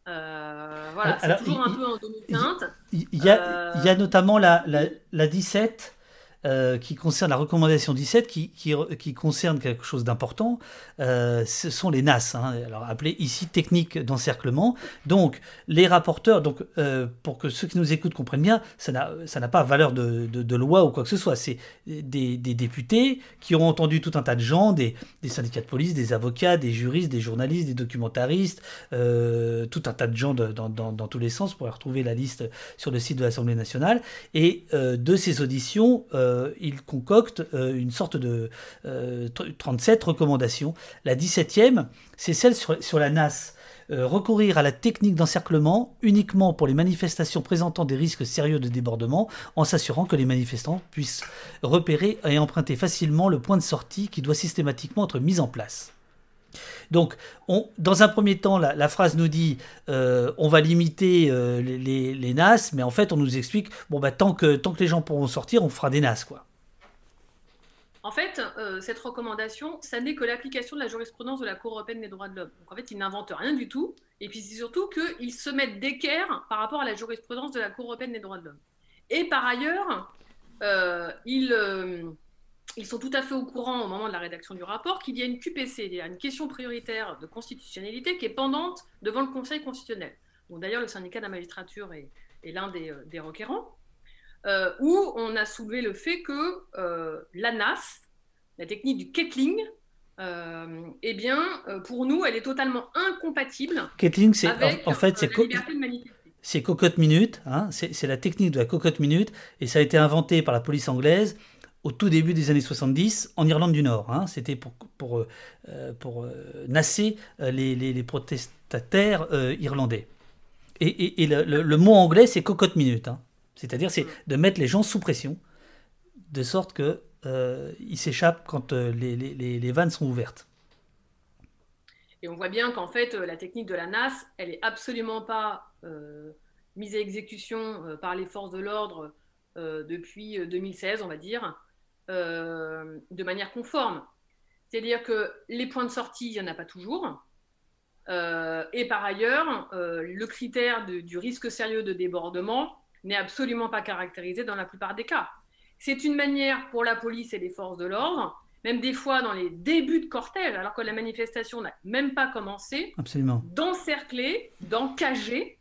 C'est toujours un peu en demi-teinte. Il y a notamment la 17 qui concerne la recommandation 17 qui concerne quelque chose d'important. Ce sont les NAS, alors appelées ici techniques d'encerclement. Donc les rapporteurs, pour que ceux qui nous écoutent comprennent bien, ça n'a pas valeur de loi ou quoi que ce soit. C'est des députés qui ont entendu tout un tas de gens, des syndicats de police, des avocats, des juristes, des journalistes, des documentaristes, tout un tas de gens dans tous les sens. Vous pourrez retrouver la liste sur le site de l'Assemblée nationale. Et de ces auditions, il concocte une sorte de 37 recommandations. La 17e, c'est celle sur la NAS. Recourir à la technique d'encerclement uniquement pour les manifestations présentant des risques sérieux de débordement, en s'assurant que les manifestants puissent repérer et emprunter facilement le point de sortie qui doit systématiquement être mis en place. Donc, dans un premier temps, la phrase nous dit on va limiter les NAS, mais en fait, on nous explique tant que les gens pourront sortir, on fera des NAS, quoi. En fait, cette recommandation, ça n'est que l'application de la jurisprudence de la Cour européenne des droits de l'homme. Donc en fait, ils n'inventent rien du tout. Et puis c'est surtout qu'ils se mettent d'équerre par rapport à la jurisprudence de la Cour européenne des droits de l'homme. Et par ailleurs, ils sont tout à fait au courant au moment de la rédaction du rapport qu'il y a une QPC, il y a une question prioritaire de constitutionnalité qui est pendante devant le Conseil constitutionnel. Bon, d'ailleurs, le syndicat de la magistrature est l'un des requérants, où on a soulevé le fait que la NAS, la technique du kettling, pour nous, elle est totalement incompatible kettling, avec en fait, la liberté de manifester. C'est cocotte minute, c'est la technique de la cocotte minute, et ça a été inventé par la police anglaise au tout début des années 70 en Irlande du Nord. C'était pour nasser les protestataires irlandais. Et le mot anglais, c'est cocotte minute. C'est-à-dire, c'est de mettre les gens sous pression, de sorte qu'ils s'échappent quand les vannes sont ouvertes. Et on voit bien qu'en fait, la technique de la NAS, elle n'est absolument pas mise à exécution par les forces de l'ordre depuis 2016, on va dire, de manière conforme. C'est-à-dire que les points de sortie, il n'y en a pas toujours. Et par ailleurs, le critère du risque sérieux de débordement n'est absolument pas caractérisé dans la plupart des cas. C'est une manière pour la police et les forces de l'ordre, même des fois dans les débuts de cortège, alors que la manifestation n'a même pas commencé, d'encercler, d'encager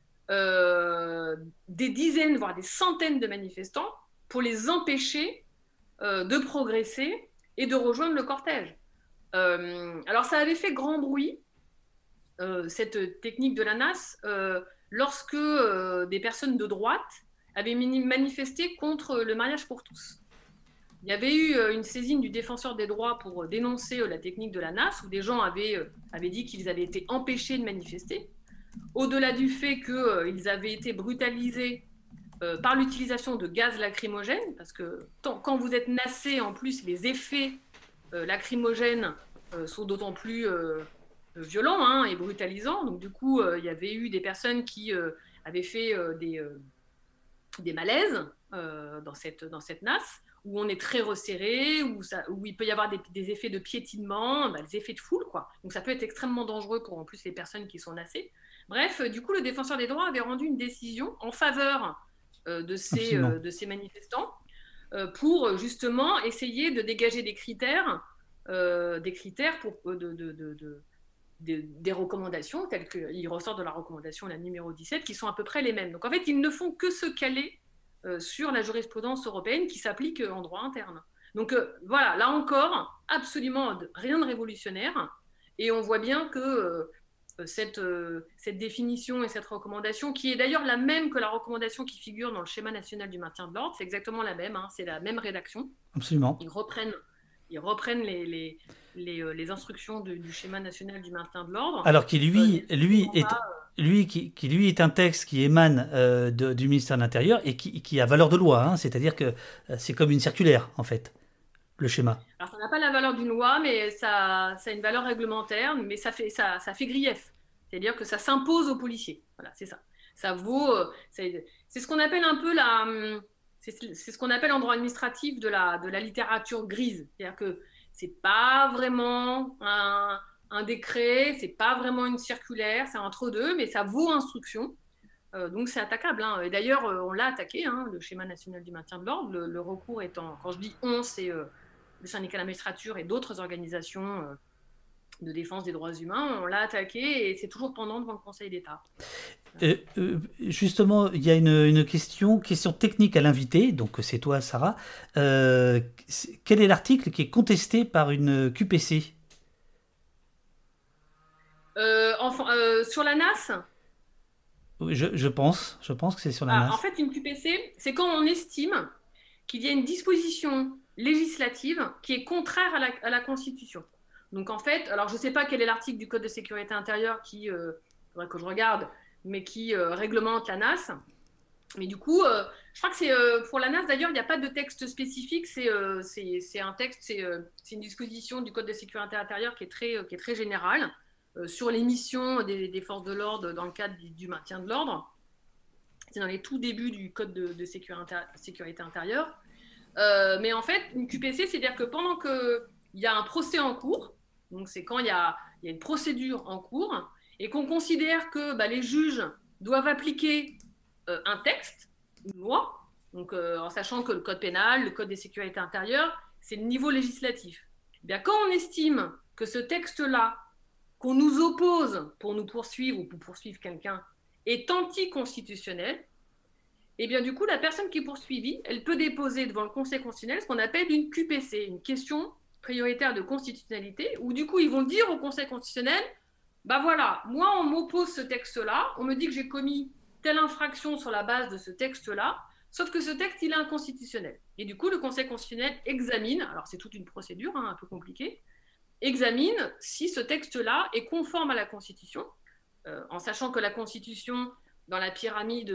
des dizaines, voire des centaines de manifestants pour les empêcher de progresser et de rejoindre le cortège. Alors ça avait fait grand bruit, cette technique de la NAS, lorsque des personnes de droite avaient manifesté contre le mariage pour tous. Il y avait eu une saisine du défenseur des droits pour dénoncer la technique de la NAS, où des gens avaient dit qu'ils avaient été empêchés de manifester, au-delà du fait qu'ils avaient été brutalisés par l'utilisation de gaz lacrymogènes, parce que quand vous êtes nassé, en plus, les effets lacrymogènes sont d'autant plus violents et brutalisants. Donc du coup, il y avait eu des personnes qui avaient fait des malaises dans cette nasse, où on est très resserré, où il peut y avoir des effets de piétinement, des effets de foule, quoi. Donc ça peut être extrêmement dangereux pour en plus les personnes qui sont nassées. Bref, du coup, le défenseur des droits avait rendu une décision en faveur de ces manifestants pour justement essayer de dégager des critères pour des recommandations telles qu'il ressort de la recommandation, la numéro 17, qui sont à peu près les mêmes. Donc en fait, ils ne font que se caler sur la jurisprudence européenne qui s'applique en droit interne. Donc voilà, là encore, absolument rien de révolutionnaire. Et on voit bien que cette définition et cette recommandation, qui est d'ailleurs la même que la recommandation qui figure dans le schéma national du maintien de l'ordre, c'est exactement la même, c'est la même rédaction. Absolument. Ils reprennent les instructions du schéma national du maintien de l'ordre. Alors qui lui est un texte qui émane du ministère de l'Intérieur et qui a valeur de loi, c'est-à-dire que c'est comme une circulaire en fait, le schéma. Alors ça n'a pas la valeur d'une loi, mais ça a une valeur réglementaire, mais ça fait grief, c'est-à-dire que ça s'impose aux policiers. Voilà, c'est ça. Ça vaut, c'est ce qu'on appelle un peu c'est ce qu'on appelle en droit administratif de la littérature grise, c'est-à-dire que c'est pas vraiment un décret, c'est pas vraiment une circulaire, c'est entre deux, mais ça vaut instruction. Donc c'est attaquable. Et d'ailleurs, on l'a attaqué, le schéma national du maintien de l'ordre. Le recours étant, quand je dis on, c'est le syndicat de la magistrature et d'autres organisations de défense des droits humains. On l'a attaqué et c'est toujours pendant devant le Conseil d'État. Justement, il y a une question technique à l'invité, donc c'est toi, Sarah. Quel est l'article qui est contesté par une QPC ? Sur la NAS ? Je pense que c'est sur la NAS. En fait, une QPC, c'est quand on estime qu'il y a une disposition législative qui est contraire à la Constitution. Donc en fait, alors je ne sais pas quel est l'article du Code de sécurité intérieure qui, faudrait que je regarde, mais qui réglemente la NAS. Mais du coup, je crois que c'est pour la NAS, d'ailleurs, il n'y a pas de texte spécifique, c'est un texte, c'est une disposition du Code de sécurité intérieure qui est très générale sur les missions des forces de l'ordre dans le cadre du maintien de l'ordre. C'est dans les tout débuts du Code de sécurité intérieure. Mais en fait, une QPC, c'est-à-dire que pendant qu'il y a un procès en cours, donc c'est quand il y a une procédure en cours, et qu'on considère que les juges doivent appliquer un texte, une loi, donc, en sachant que le code pénal, le code des sécurités intérieures, c'est le niveau législatif. Eh bien, quand on estime que ce texte-là, qu'on nous oppose pour nous poursuivre ou pour poursuivre quelqu'un, est anticonstitutionnel, et bien du coup, la personne qui est poursuivie, elle peut déposer devant le Conseil constitutionnel ce qu'on appelle une QPC, une question prioritaire de constitutionnalité, où du coup, ils vont dire au Conseil constitutionnel, voilà, moi, on m'oppose ce texte-là, on me dit que j'ai commis telle infraction sur la base de ce texte-là, sauf que ce texte, il est inconstitutionnel. Et du coup, le Conseil constitutionnel examine, alors c'est toute une procédure un peu compliquée, examine si ce texte-là est conforme à la Constitution, en sachant que la Constitution, dans la pyramide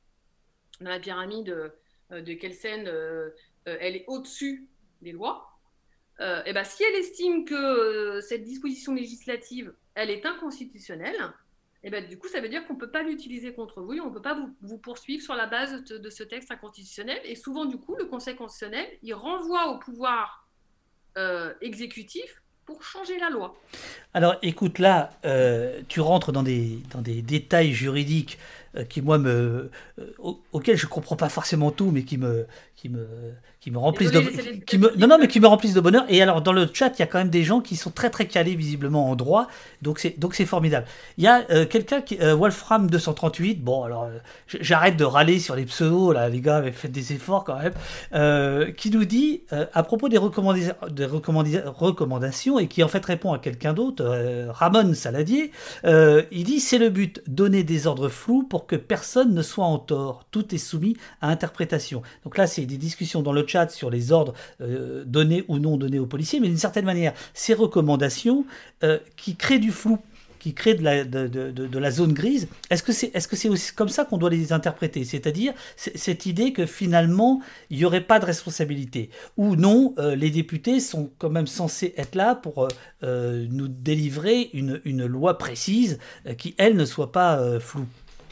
de Kelsen, elle est au-dessus des lois. Si elle estime que cette disposition législative, elle est inconstitutionnelle, du coup, ça veut dire qu'on ne peut pas l'utiliser contre vous et on ne peut pas vous poursuivre sur la base de ce texte inconstitutionnel. Et souvent, du coup, le Conseil constitutionnel, il renvoie au pouvoir exécutif pour changer la loi. Alors, écoute, là, tu rentres dans des détails juridiques qui moi auquel je comprends pas forcément tout, mais qui me remplissent mais qui me remplissent de bonheur. Et alors dans le chat, il y a quand même des gens qui sont très très calés visiblement en droit, donc c'est formidable. Il y a quelqu'un Wolfram 238. Bon alors j'arrête de râler sur les pseudos là, les gars, faites des efforts quand même. Qui nous dit à propos des recommandations et qui en fait répond à quelqu'un d'autre, Ramon Saladier. Il dit c'est le but, donner des ordres flous pour que personne ne soit en tort. Tout est soumis à interprétation. Donc là, c'est des discussions dans le chat sur les ordres donnés ou non donnés aux policiers, mais d'une certaine manière, ces recommandations qui créent du flou, qui créent de la zone grise, est-ce que c'est aussi comme ça qu'on doit les interpréter? C'est-à-dire cette idée que finalement, il n'y aurait pas de responsabilité. Ou non, les députés sont quand même censés être là pour nous délivrer une loi précise qui, elle, ne soit pas floue.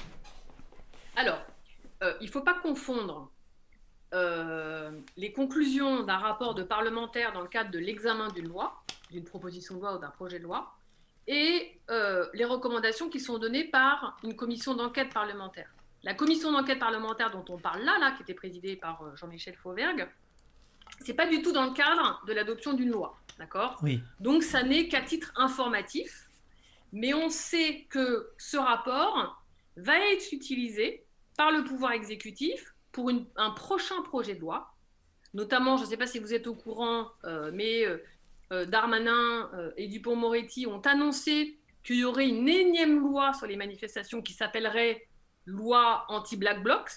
Alors, il ne faut pas confondre les conclusions d'un rapport de parlementaire dans le cadre de l'examen d'une loi, d'une proposition de loi ou d'un projet de loi, et les recommandations qui sont données par une commission d'enquête parlementaire. La commission d'enquête parlementaire dont on parle là, qui était présidée par Jean-Michel Fauvergue, c'est pas du tout dans le cadre de l'adoption d'une loi, d'accord ? Oui. Donc ça n'est qu'à titre informatif, mais on sait que ce rapport va être utilisé par le pouvoir exécutif pour un prochain projet de loi, notamment, je ne sais pas si vous êtes au courant, mais Darmanin et Dupond-Moretti ont annoncé qu'il y aurait une énième loi sur les manifestations qui s'appellerait loi anti-Black Blocs,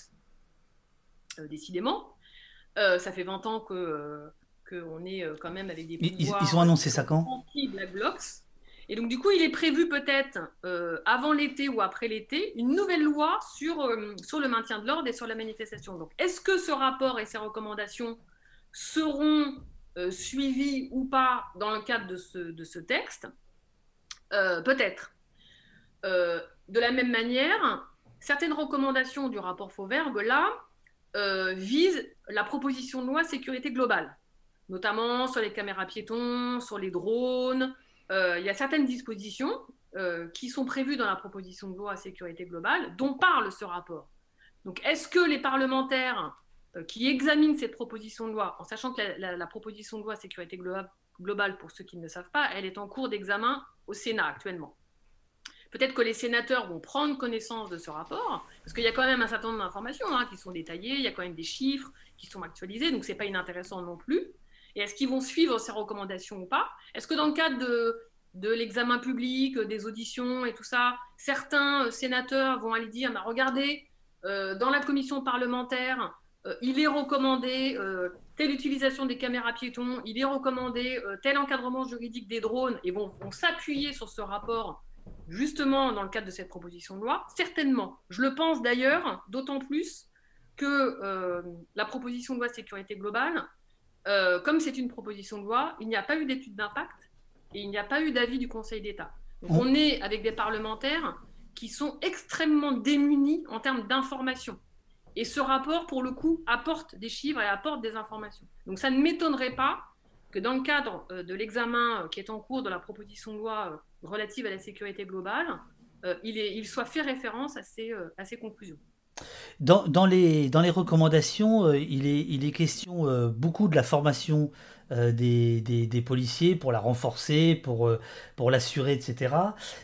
décidément. Ça fait 20 ans qu'on est quand même avec des pouvoirs ils ont annoncé ça quand anti-Black Blocs. Et donc, du coup, il est prévu peut-être, avant l'été ou après l'été, une nouvelle loi sur le maintien de l'ordre et sur la manifestation. Donc, est-ce que ce rapport et ces recommandations seront suivis ou pas dans le cadre de ce texte? Peut-être. De la même manière, certaines recommandations du rapport Fauvergue, là, visent la proposition de loi sécurité globale, notamment sur les caméras piétons, sur les drones. Il y a certaines dispositions qui sont prévues dans la proposition de loi sécurité globale dont parle ce rapport. Donc, est-ce que les parlementaires qui examinent cette proposition de loi, en sachant que la proposition de loi sécurité globale, pour ceux qui ne le savent pas, elle est en cours d'examen au Sénat actuellement. Peut-être que les sénateurs vont prendre connaissance de ce rapport, parce qu'il y a quand même un certain nombre d'informations qui sont détaillées, il y a quand même des chiffres qui sont actualisés, donc ce n'est pas inintéressant non plus. Et est-ce qu'ils vont suivre ces recommandations ou pas? Est-ce que dans le cadre de l'examen public, des auditions et tout ça, certains sénateurs vont aller dire « Regardez, dans la commission parlementaire, il est recommandé telle utilisation des caméras piétons, il est recommandé tel encadrement juridique des drones » et vont s'appuyer sur ce rapport justement dans le cadre de cette proposition de loi? Certainement. Je le pense d'ailleurs, d'autant plus que la proposition de loi sécurité globale, comme c'est une proposition de loi, il n'y a pas eu d'étude d'impact et il n'y a pas eu d'avis du Conseil d'État. Donc on est avec des parlementaires qui sont extrêmement démunis en termes d'information. Et ce rapport, pour le coup, apporte des chiffres et apporte des informations. Donc ça ne m'étonnerait pas que dans le cadre de l'examen qui est en cours de la proposition de loi relative à la sécurité globale, il soit fait référence à ces conclusions. Dans les recommandations, il est question beaucoup de la formation des policiers pour la renforcer, pour l'assurer, etc.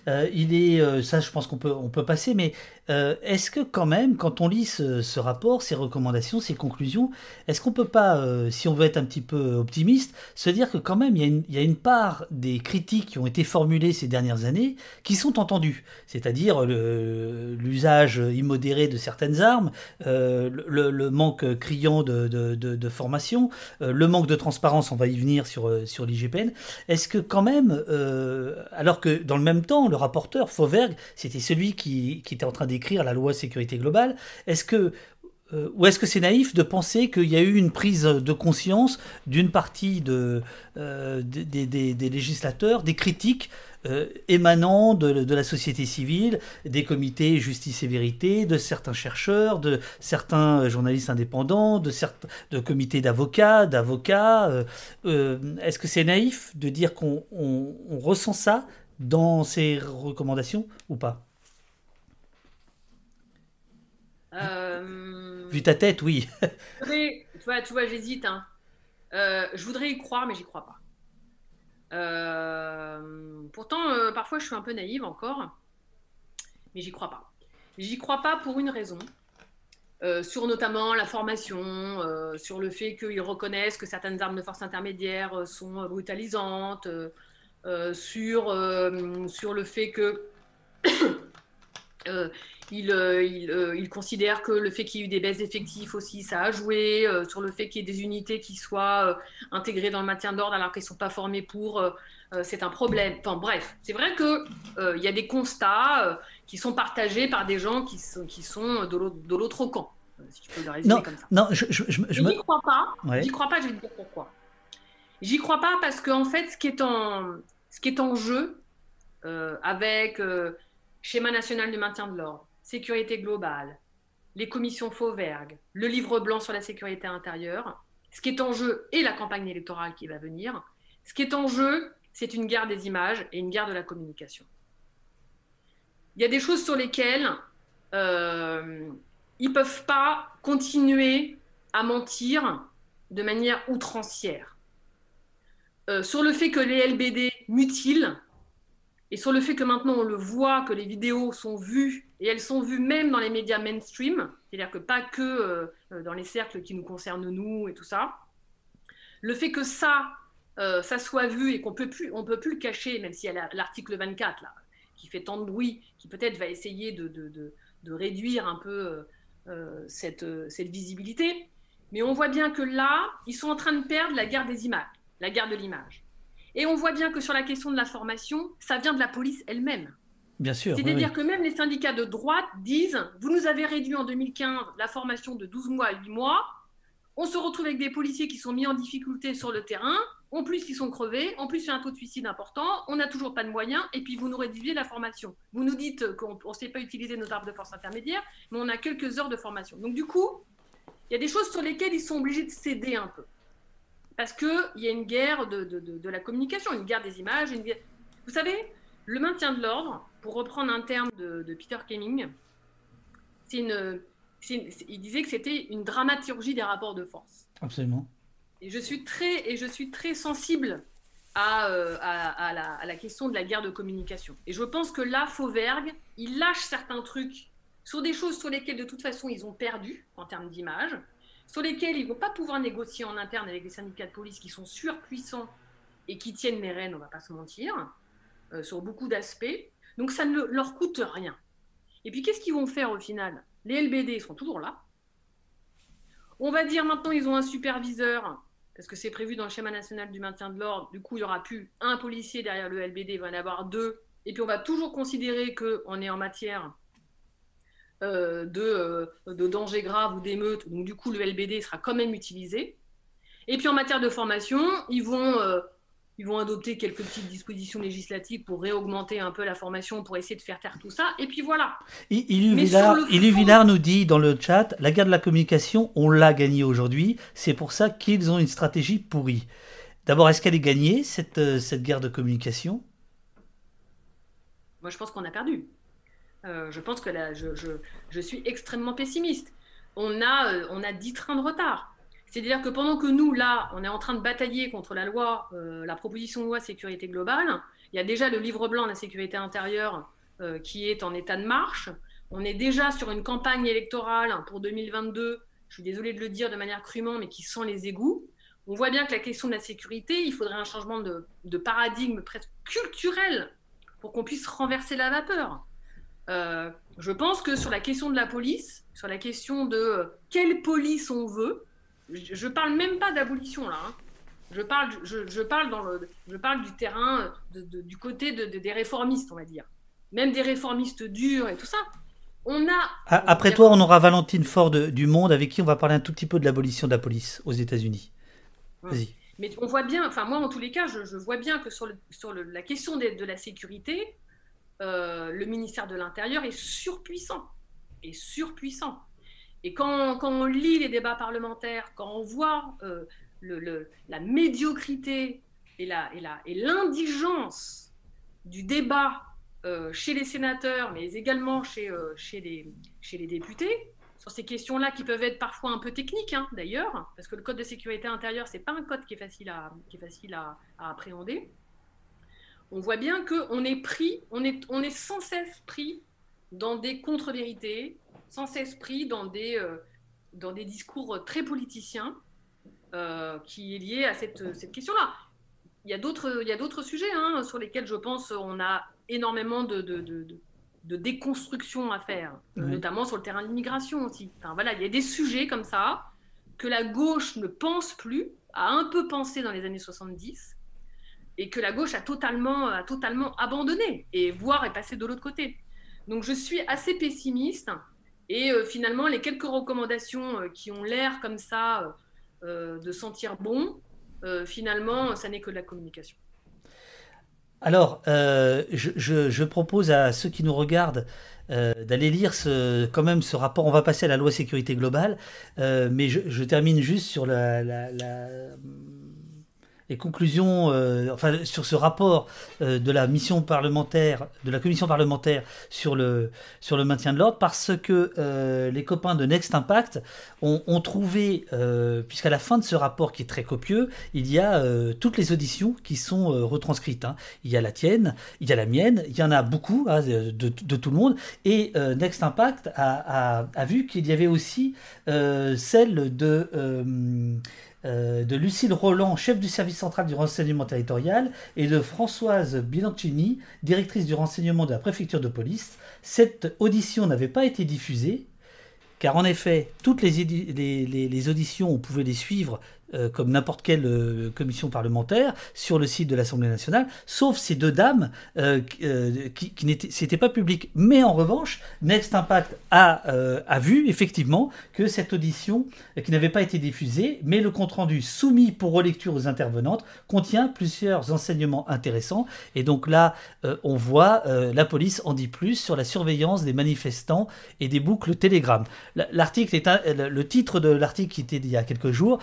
Ça, je pense on peut passer, mais est-ce que quand même, quand on lit ce rapport, ces recommandations, ces conclusions, est-ce qu'on peut pas, si on veut être un petit peu optimiste, se dire que quand même il y a une part des critiques qui ont été formulées ces dernières années qui sont entendues, c'est-à-dire l'usage immodéré de certaines armes, le manque criant de formation, le manque de transparence, on va y venir sur l'IGPN. Est-ce que quand même, alors que dans le même temps, le rapporteur Fauvergue, c'était celui qui était en train d'écrire la loi sécurité globale, ou est-ce que c'est naïf de penser qu'il y a eu une prise de conscience d'une partie des législateurs, des critiques émanant de la société civile, des comités justice et vérité, de certains chercheurs, de certains journalistes indépendants, de comités d'avocats. Est-ce que c'est naïf de dire qu'on ressent ça dans ces recommandations ou pas? Vu ta tête, oui. Tu vois, j'hésite. Hein. Je voudrais y croire, mais j'y crois pas. Pourtant, parfois, je suis un peu naïve encore, mais j'y crois pas. J'y crois pas pour une raison. Sur notamment la formation, sur le fait qu'ils reconnaissent que certaines armes de force intermédiaire sont brutalisantes, sur le fait que ils considèrent que le fait qu'il y ait eu des baisses d'effectifs aussi, ça a joué, sur le fait qu'il y ait des unités qui soient intégrées dans le maintien de l'ordre alors qu'elles ne sont pas formées pour, c'est un problème. Enfin bref, c'est vrai qu'il y a des constats qui sont partagés par des gens qui sont de l'autre camp, si tu peux le résumer comme ça. Non, j'y crois pas. Ouais. J'y crois pas, je vais te dire pourquoi. J'y crois pas parce qu'en fait, ce qui est en jeu avec schéma national du maintien de l'ordre, sécurité globale, les commissions Fauvergue, le livre blanc sur la sécurité intérieure, ce qui est en jeu et la campagne électorale qui va venir, ce qui est en jeu, c'est une guerre des images et une guerre de la communication. Il y a des choses sur lesquelles ils ne peuvent pas continuer à mentir de manière outrancière. Sur le fait que les LBD mutilent, et sur le fait que maintenant on le voit, que les vidéos sont vues, et elles sont vues même dans les médias mainstream, c'est-à-dire que pas que dans les cercles qui nous concernent nous et tout ça, le fait que ça soit vu et qu'on peut plus le cacher, même s'il y a l'article 24 là, qui fait tant de bruit, qui peut-être va essayer de réduire un peu cette visibilité, mais on voit bien que là, ils sont en train de perdre la guerre des images, la guerre de l'image. Et on voit bien que sur la question de la formation, ça vient de la police elle-même. Bien sûr. C'est-à-dire que même les syndicats de droite disent « Vous nous avez réduit en 2015 la formation de 12 mois à 8 mois. On se retrouve avec des policiers qui sont mis en difficulté sur le terrain. En plus, ils sont crevés. En plus, il y a un taux de suicide important. On n'a toujours pas de moyens. Et puis, vous nous réduisez la formation. Vous nous dites qu'on ne sait pas utiliser nos armes de force intermédiaire, mais on a quelques heures de formation. Donc, du coup, il y a des choses sur lesquelles ils sont obligés de céder un peu. Parce qu'il y a une guerre de la communication, une guerre des images. Vous savez, le maintien de l'ordre, pour reprendre un terme de Peter Kemming, il disait que c'était une dramaturgie des rapports de force. Absolument. Et je suis très sensible à la question de la guerre de communication. Et je pense que là, Fauvergue, il lâche certains trucs sur des choses sur lesquelles, de toute façon, ils ont perdu en termes d'image, sur lesquels ils ne vont pas pouvoir négocier en interne avec les syndicats de police qui sont surpuissants et qui tiennent les rênes, on ne va pas se mentir, sur beaucoup d'aspects. Donc ça ne leur coûte rien. Et puis qu'est-ce qu'ils vont faire au final? Les LBD seront toujours là. On va dire maintenant ils ont un superviseur, parce que c'est prévu dans le schéma national du maintien de l'ordre, du coup il n'y aura plus un policier derrière le LBD, il va y en avoir deux, et puis on va toujours considérer qu'on est en matière de danger grave ou d'émeute, donc du coup le LBD sera quand même utilisé. Et puis en matière de formation, ils vont adopter quelques petites dispositions législatives pour réaugmenter un peu la formation, pour essayer de faire taire tout ça, et puis voilà. Ilu Villard nous dit dans le chat, la guerre de la communication, on l'a gagnée aujourd'hui, c'est pour ça qu'ils ont une stratégie pourrie. D'abord, est-ce qu'elle est gagnée, cette guerre de communication? Moi, je pense qu'on a perdu. Je pense que là, je suis extrêmement pessimiste. On a 10 trains de retard. C'est-à-dire que pendant que nous, là, on est en train de batailler contre la loi, la proposition de loi sécurité globale, il y a déjà le livre blanc de la sécurité intérieure qui est en état de marche. On est déjà sur une campagne électorale pour 2022, je suis désolée de le dire de manière crûment, mais qui sent les égouts. On voit bien que la question de la sécurité, il faudrait un changement de paradigme presque culturel pour qu'on puisse renverser la vapeur. Je pense que sur la question de la police, sur la question de quelle police on veut, je parle même pas d'abolition là. Hein. Je parle du terrain, du côté des réformistes, on va dire. Même des réformistes durs et tout ça. Après toi, on aura Valentine Ford du Monde avec qui on va parler un tout petit peu de l'abolition de la police aux États-Unis. Vas-y. Mais on voit bien, enfin moi en tous les cas, je vois bien que sur la question de la sécurité, le ministère de l'Intérieur est surpuissant. Et quand on lit les débats parlementaires, quand on voit la médiocrité et l'indigence du débat chez les sénateurs, mais également chez les députés, sur ces questions-là qui peuvent être parfois un peu techniques, hein, d'ailleurs, parce que le code de sécurité intérieure, c'est pas un code qui est facile à appréhender. On voit bien qu'on est pris, on est sans cesse pris dans des contre-vérités, sans cesse pris dans des discours très politiciens qui est lié à cette question-là. Il y a d'autres sujets hein, sur lesquels je pense on a énormément de déconstruction à faire, notamment sur le terrain de l'immigration aussi. Enfin, voilà, il y a des sujets comme ça que la gauche ne pense plus, a un peu pensé dans les années 70, et que la gauche a totalement abandonné, et voire est passée de l'autre côté. Donc je suis assez pessimiste, et finalement les quelques recommandations qui ont l'air comme ça de sentir bon, finalement ça n'est que de la communication. Alors, je propose à ceux qui nous regardent d'aller lire quand même ce rapport. On va passer à la loi sécurité globale, mais je termine juste sur les conclusions, enfin sur ce rapport de la mission parlementaire, de la commission parlementaire sur le maintien de l'ordre, parce que les copains de Next Impact ont trouvé, puisqu'à la fin de ce rapport qui est très copieux, il y a toutes les auditions qui sont retranscrites. Hein. Il y a la tienne, il y a la mienne, il y en a beaucoup hein, de tout le monde, et Next Impact a vu qu'il y avait aussi celle de Lucille Roland, chef du service central du renseignement territorial, et de Françoise Bilancini, directrice du renseignement de la préfecture de police. Cette audition n'avait pas été diffusée, car en effet, toutes les auditions, on pouvait les suivre comme n'importe quelle commission parlementaire sur le site de l'Assemblée nationale, sauf ces deux dames qui n'étaient, c'était pas public. Mais en revanche, Next Impact a vu effectivement que cette audition, qui n'avait pas été diffusée, mais le compte-rendu soumis pour relecture aux intervenantes, contient plusieurs enseignements intéressants. Et donc là, on voit la police en dit plus sur la surveillance des manifestants et des boucles Telegram. Le titre de l'article qui était il y a quelques jours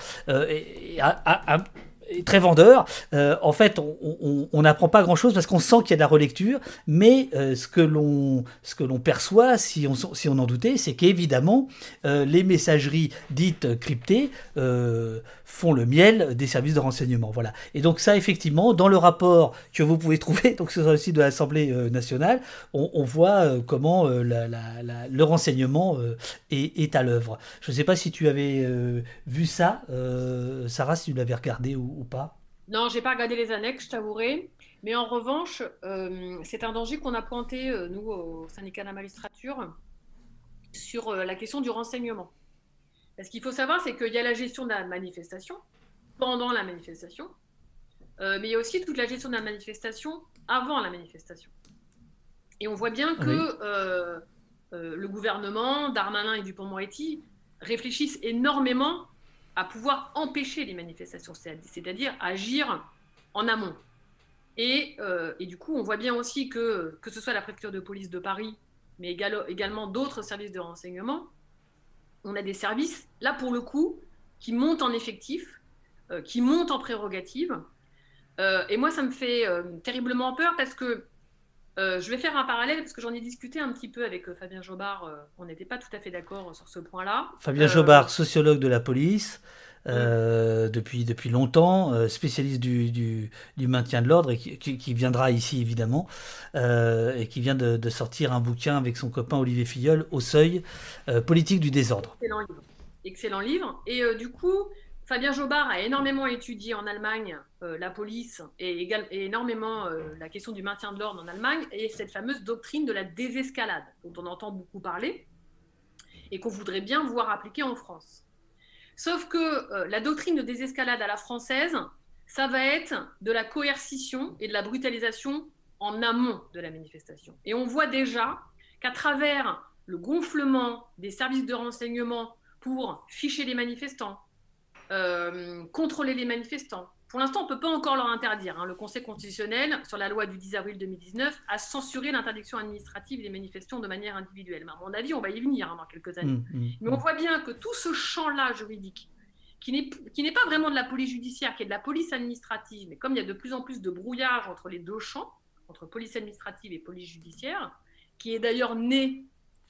est très vendeur. En fait, on n'apprend pas grand-chose parce qu'on sent qu'il y a de la relecture, mais ce que l'on perçoit, si on en doutait, c'est qu'évidemment, les messageries dites cryptées font le miel des services de renseignement. Voilà. Et donc ça, effectivement, dans le rapport que vous pouvez trouver donc sur le site de l'Assemblée nationale, on voit comment le renseignement est à l'œuvre. Je ne sais pas si tu avais vu ça, Sarah, si tu l'avais regardé ou pas. Non, j'ai pas regardé les annexes, je t'avouerai. Mais en revanche, c'est un danger qu'on a pointé, nous, au syndicat de la magistrature, sur la question du renseignement. Ce qu'il faut savoir, c'est qu'il y a la gestion de la manifestation, pendant la manifestation, mais il y a aussi toute la gestion de la manifestation avant la manifestation. Et on voit bien que le gouvernement, Darmanin et Dupond-Moretti, réfléchissent énormément à pouvoir empêcher les manifestations, c'est-à-dire agir en amont. Et du coup, on voit bien aussi que ce soit la préfecture de police de Paris, mais également d'autres services de renseignement, on a des services, là pour le coup, qui montent en effectif, qui montent en prérogative. Et moi, ça me fait terriblement peur parce que je vais faire un parallèle parce que j'en ai discuté un petit peu avec Fabien Jobard. On n'était pas tout à fait d'accord sur ce point-là. Fabien Jobard, sociologue de la police, depuis longtemps, spécialiste du maintien de l'ordre et qui viendra ici évidemment, et qui vient de sortir un bouquin avec son copain Olivier Filleul, Au Seuil, Politique du désordre. Excellent livre. Excellent livre. Et du coup, Fabien Jobard a énormément étudié en Allemagne la police et énormément la question du maintien de l'ordre en Allemagne et cette fameuse doctrine de la désescalade dont on entend beaucoup parler et qu'on voudrait bien voir appliquer en France. Sauf que la doctrine de désescalade à la française, ça va être de la coercition et de la brutalisation en amont de la manifestation. Et on voit déjà qu'à travers le gonflement des services de renseignement pour ficher les manifestants, contrôler les manifestants. Pour l'instant, on ne peut pas encore leur interdire. Hein. Le Conseil constitutionnel, sur la loi du 10 avril 2019, a censuré l'interdiction administrative des manifestants de manière individuelle. Mais à mon avis, on va y venir hein, dans quelques années. Mais on voit bien que tout ce champ-là juridique, qui n'est pas vraiment de la police judiciaire, qui est de la police administrative, mais comme il y a de plus en plus de brouillage entre les deux champs, entre police administrative et police judiciaire, qui est d'ailleurs né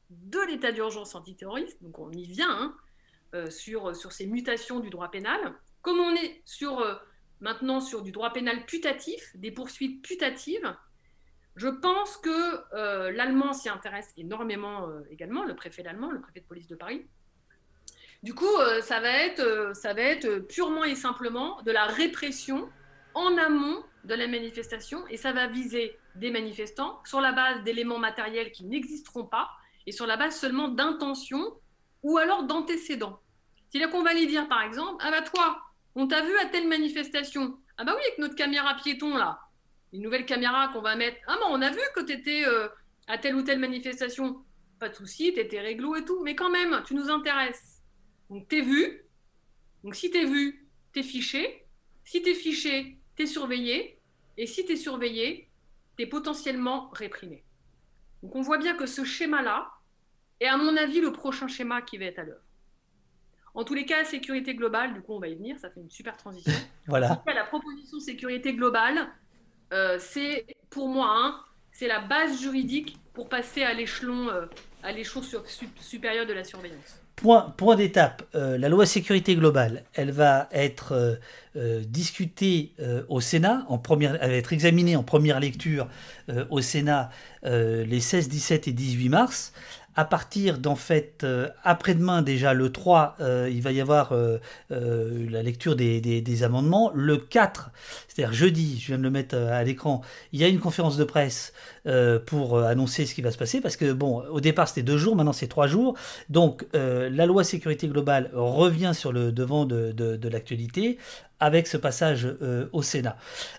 de l'état d'urgence antiterroriste, donc on y vient, sur ces mutations du droit pénal, comme on est maintenant sur du droit pénal putatif, des poursuites putatives. Je pense que l'Allemand s'y intéresse énormément également, le préfet allemand, le préfet de police de Paris. Du coup, ça va être purement et simplement de la répression en amont de la manifestation, et ça va viser des manifestants sur la base d'éléments matériels qui n'existeront pas et sur la base seulement d'intentions ou alors d'antécédents. C'est-à-dire qu'on va lui dire, par exemple, ah bah toi, on t'a vu à telle manifestation. Ah bah oui, avec notre caméra piéton là, une nouvelle caméra qu'on va mettre. Ah bah on a vu que tu étais à telle ou telle manifestation. Pas de souci, tu étais réglo et tout, mais quand même, tu nous intéresses. Donc t'es vu. Donc si t'es vu, t'es fiché. Si t'es fiché, t'es surveillé. Et si t'es surveillé, t'es potentiellement réprimé. Donc on voit bien que ce schéma-là est, à mon avis, le prochain schéma qui va être à l'œuvre. En tous les cas, sécurité globale, du coup, on va y venir, ça fait une super transition. Voilà. En tout cas, la proposition sécurité globale, c'est, pour moi, c'est la base juridique pour passer à l'échelon supérieur de la surveillance. Point d'étape, la loi sécurité globale, elle va être discutée au Sénat, elle va être examinée en première lecture au Sénat les 16, 17 et 18 mars. À partir d'en fait, après-demain déjà, le 3, il va y avoir la lecture des amendements. Le 4, c'est-à-dire jeudi, je viens de le mettre à l'écran, il y a une conférence de presse pour annoncer ce qui va se passer, parce que bon, au départ c'était 2 jours, maintenant c'est 3 jours. Donc la loi sécurité globale revient sur le devant de l'actualité avec ce passage au Sénat.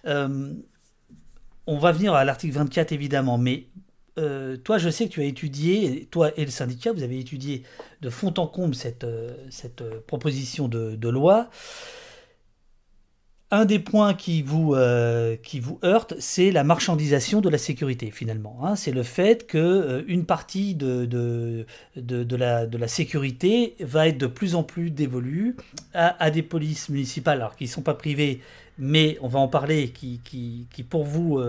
On va venir à l'article 24 évidemment, mais toi, je sais que tu as étudié, toi et le syndicat, vous avez étudié de fond en comble cette proposition de loi. Un des points qui vous heurte, c'est la marchandisation de la sécurité, finalement. Hein. C'est le fait qu'une partie de la sécurité va être de plus en plus dévolue à des polices municipales, alors qui ne sont pas privées, mais on va en parler, qui pour vous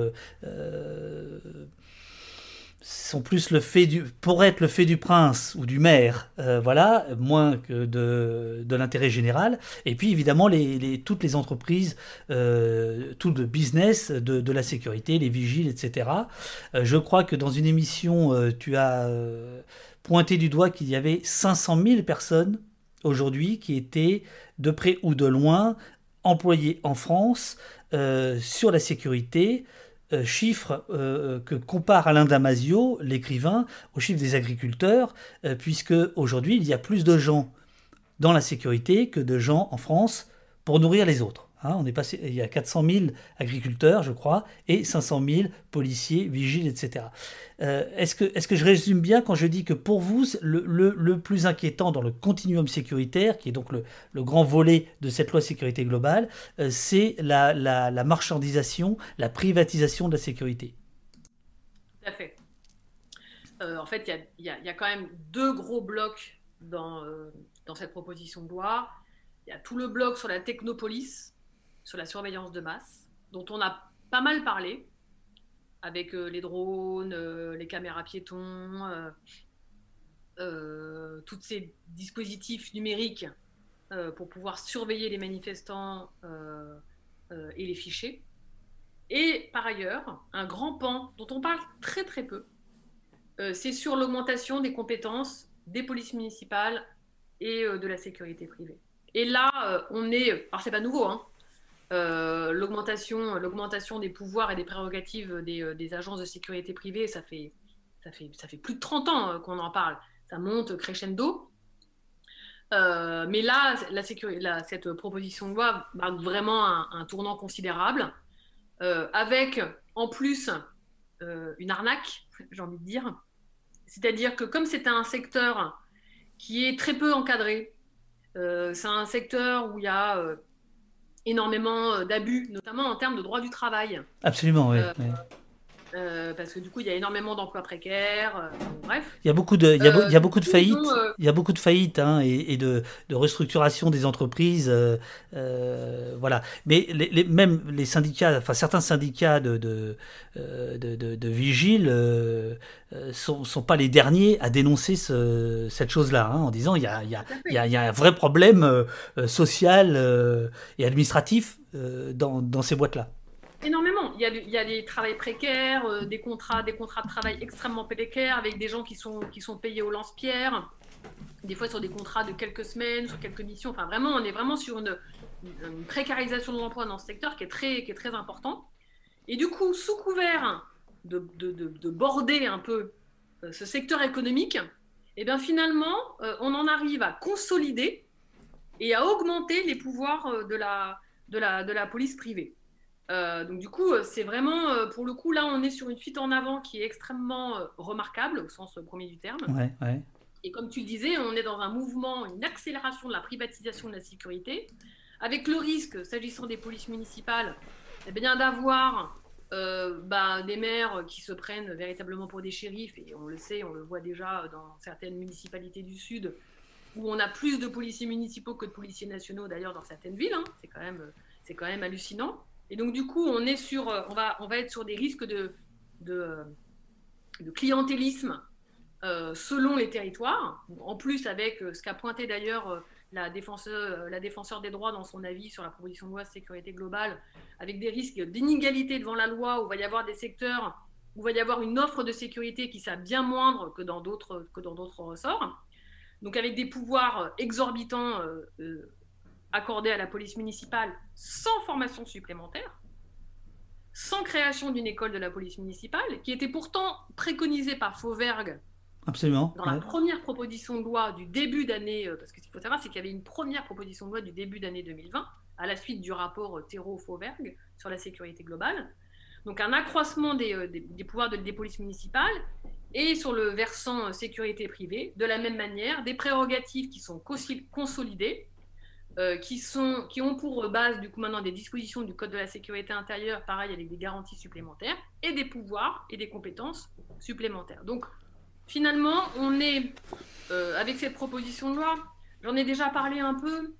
sont plus pour être le fait du prince ou du maire, voilà, moins que de l'intérêt général. Et puis évidemment toutes les entreprises, tout le business de la sécurité, les vigiles, etc. Je crois que dans une émission, tu as pointé du doigt qu'il y avait 500 000 personnes aujourd'hui qui étaient de près ou de loin employées en France sur la sécurité. Chiffre que compare Alain Damasio, l'écrivain, aux chiffres des agriculteurs, puisque aujourd'hui il y a plus de gens dans la sécurité que de gens en France pour nourrir les autres. Hein, il y a 400 000 agriculteurs, je crois, et 500 000 policiers, vigiles, etc. Est-ce que je résume bien quand je dis que pour vous, le plus inquiétant dans le continuum sécuritaire, qui est donc le grand volet de cette loi sécurité globale, c'est la marchandisation, la privatisation de la sécurité? Tout à fait. En fait, il y a quand même 2 gros blocs dans cette proposition de loi. Il y a tout le bloc sur la technopolice, sur la surveillance de masse, dont on a pas mal parlé, avec les drones, les caméras piétons, tous ces dispositifs numériques pour pouvoir surveiller les manifestants et les ficher. Et par ailleurs, un grand pan dont on parle très très peu, c'est sur l'augmentation des compétences des polices municipales et de la sécurité privée. Et là, alors c'est pas nouveau, hein, l'augmentation des pouvoirs et des prérogatives des agences de sécurité privée, ça fait plus de 30 ans qu'on en parle. Ça monte crescendo. Mais là, cette proposition de loi marque vraiment un tournant considérable, avec en plus une arnaque, j'ai envie de dire. C'est-à-dire que comme c'est un secteur qui est très peu encadré, c'est un secteur où il y a énormément d'abus, notamment en termes de droit du travail. Absolument, oui. parce que du coup, il y a énormément d'emplois précaires. Bref. Il y a beaucoup de, il y a beaucoup de Ils faillites. ont, Il y a beaucoup de faillites hein, et de restructuration des entreprises. Voilà. Mais même les syndicats, enfin certains syndicats de vigiles sont pas les derniers à dénoncer cette chose-là, hein, en disant il y a un vrai problème social et administratif dans ces boîtes-là. énormément. Il y a des travails précaires, des contrats de travail extrêmement précaires avec des gens qui sont payés au lance-pierre, des fois sur des contrats de quelques semaines, sur quelques missions. Enfin, vraiment, on est vraiment sur une précarisation de l'emploi dans ce secteur qui est très important. Et du coup, sous couvert de border un peu ce secteur économique, et bien finalement, on en arrive à consolider et à augmenter les pouvoirs de la police privée. Donc du coup, c'est vraiment, pour le coup, là, on est sur une fuite en avant qui est extrêmement remarquable, au sens premier du terme. Ouais, ouais. Et comme tu le disais, on est dans un mouvement, une accélération de la privatisation de la sécurité, avec le risque, s'agissant des polices municipales, eh bien, d'avoir des maires qui se prennent véritablement pour des shérifs, et on le sait, on le voit déjà dans certaines municipalités du Sud, où on a plus de policiers municipaux que de policiers nationaux, d'ailleurs, dans certaines villes, hein. C'est quand même hallucinant. Et donc, du coup, on va être sur des risques de clientélisme selon les territoires. En plus, avec ce qu'a pointé d'ailleurs la défenseur des droits dans son avis sur la proposition de loi sécurité globale, avec des risques d'inégalité devant la loi, où il va y avoir des secteurs où il va y avoir une offre de sécurité qui sera bien moindre que dans d'autres ressorts. Donc, avec des pouvoirs exorbitants accordés à la police municipale sans formation supplémentaire, sans création d'une école de la police municipale, qui était pourtant préconisée par Fauvergue. Absolument. Dans la première proposition de loi du début d'année, parce que ce qu'il faut savoir, c'est qu'il y avait une première proposition de loi du début d'année 2020, à la suite du rapport Thérault-Fauvergue sur la sécurité globale. Donc un accroissement des pouvoirs des polices municipales, et sur le versant sécurité privée, de la même manière, des prérogatives qui sont consolidées, qui ont pour base du coup maintenant des dispositions du Code de la sécurité intérieure, pareil avec des garanties supplémentaires, et des pouvoirs et des compétences supplémentaires. Donc finalement, on est avec cette proposition de loi, j'en ai déjà parlé un peu,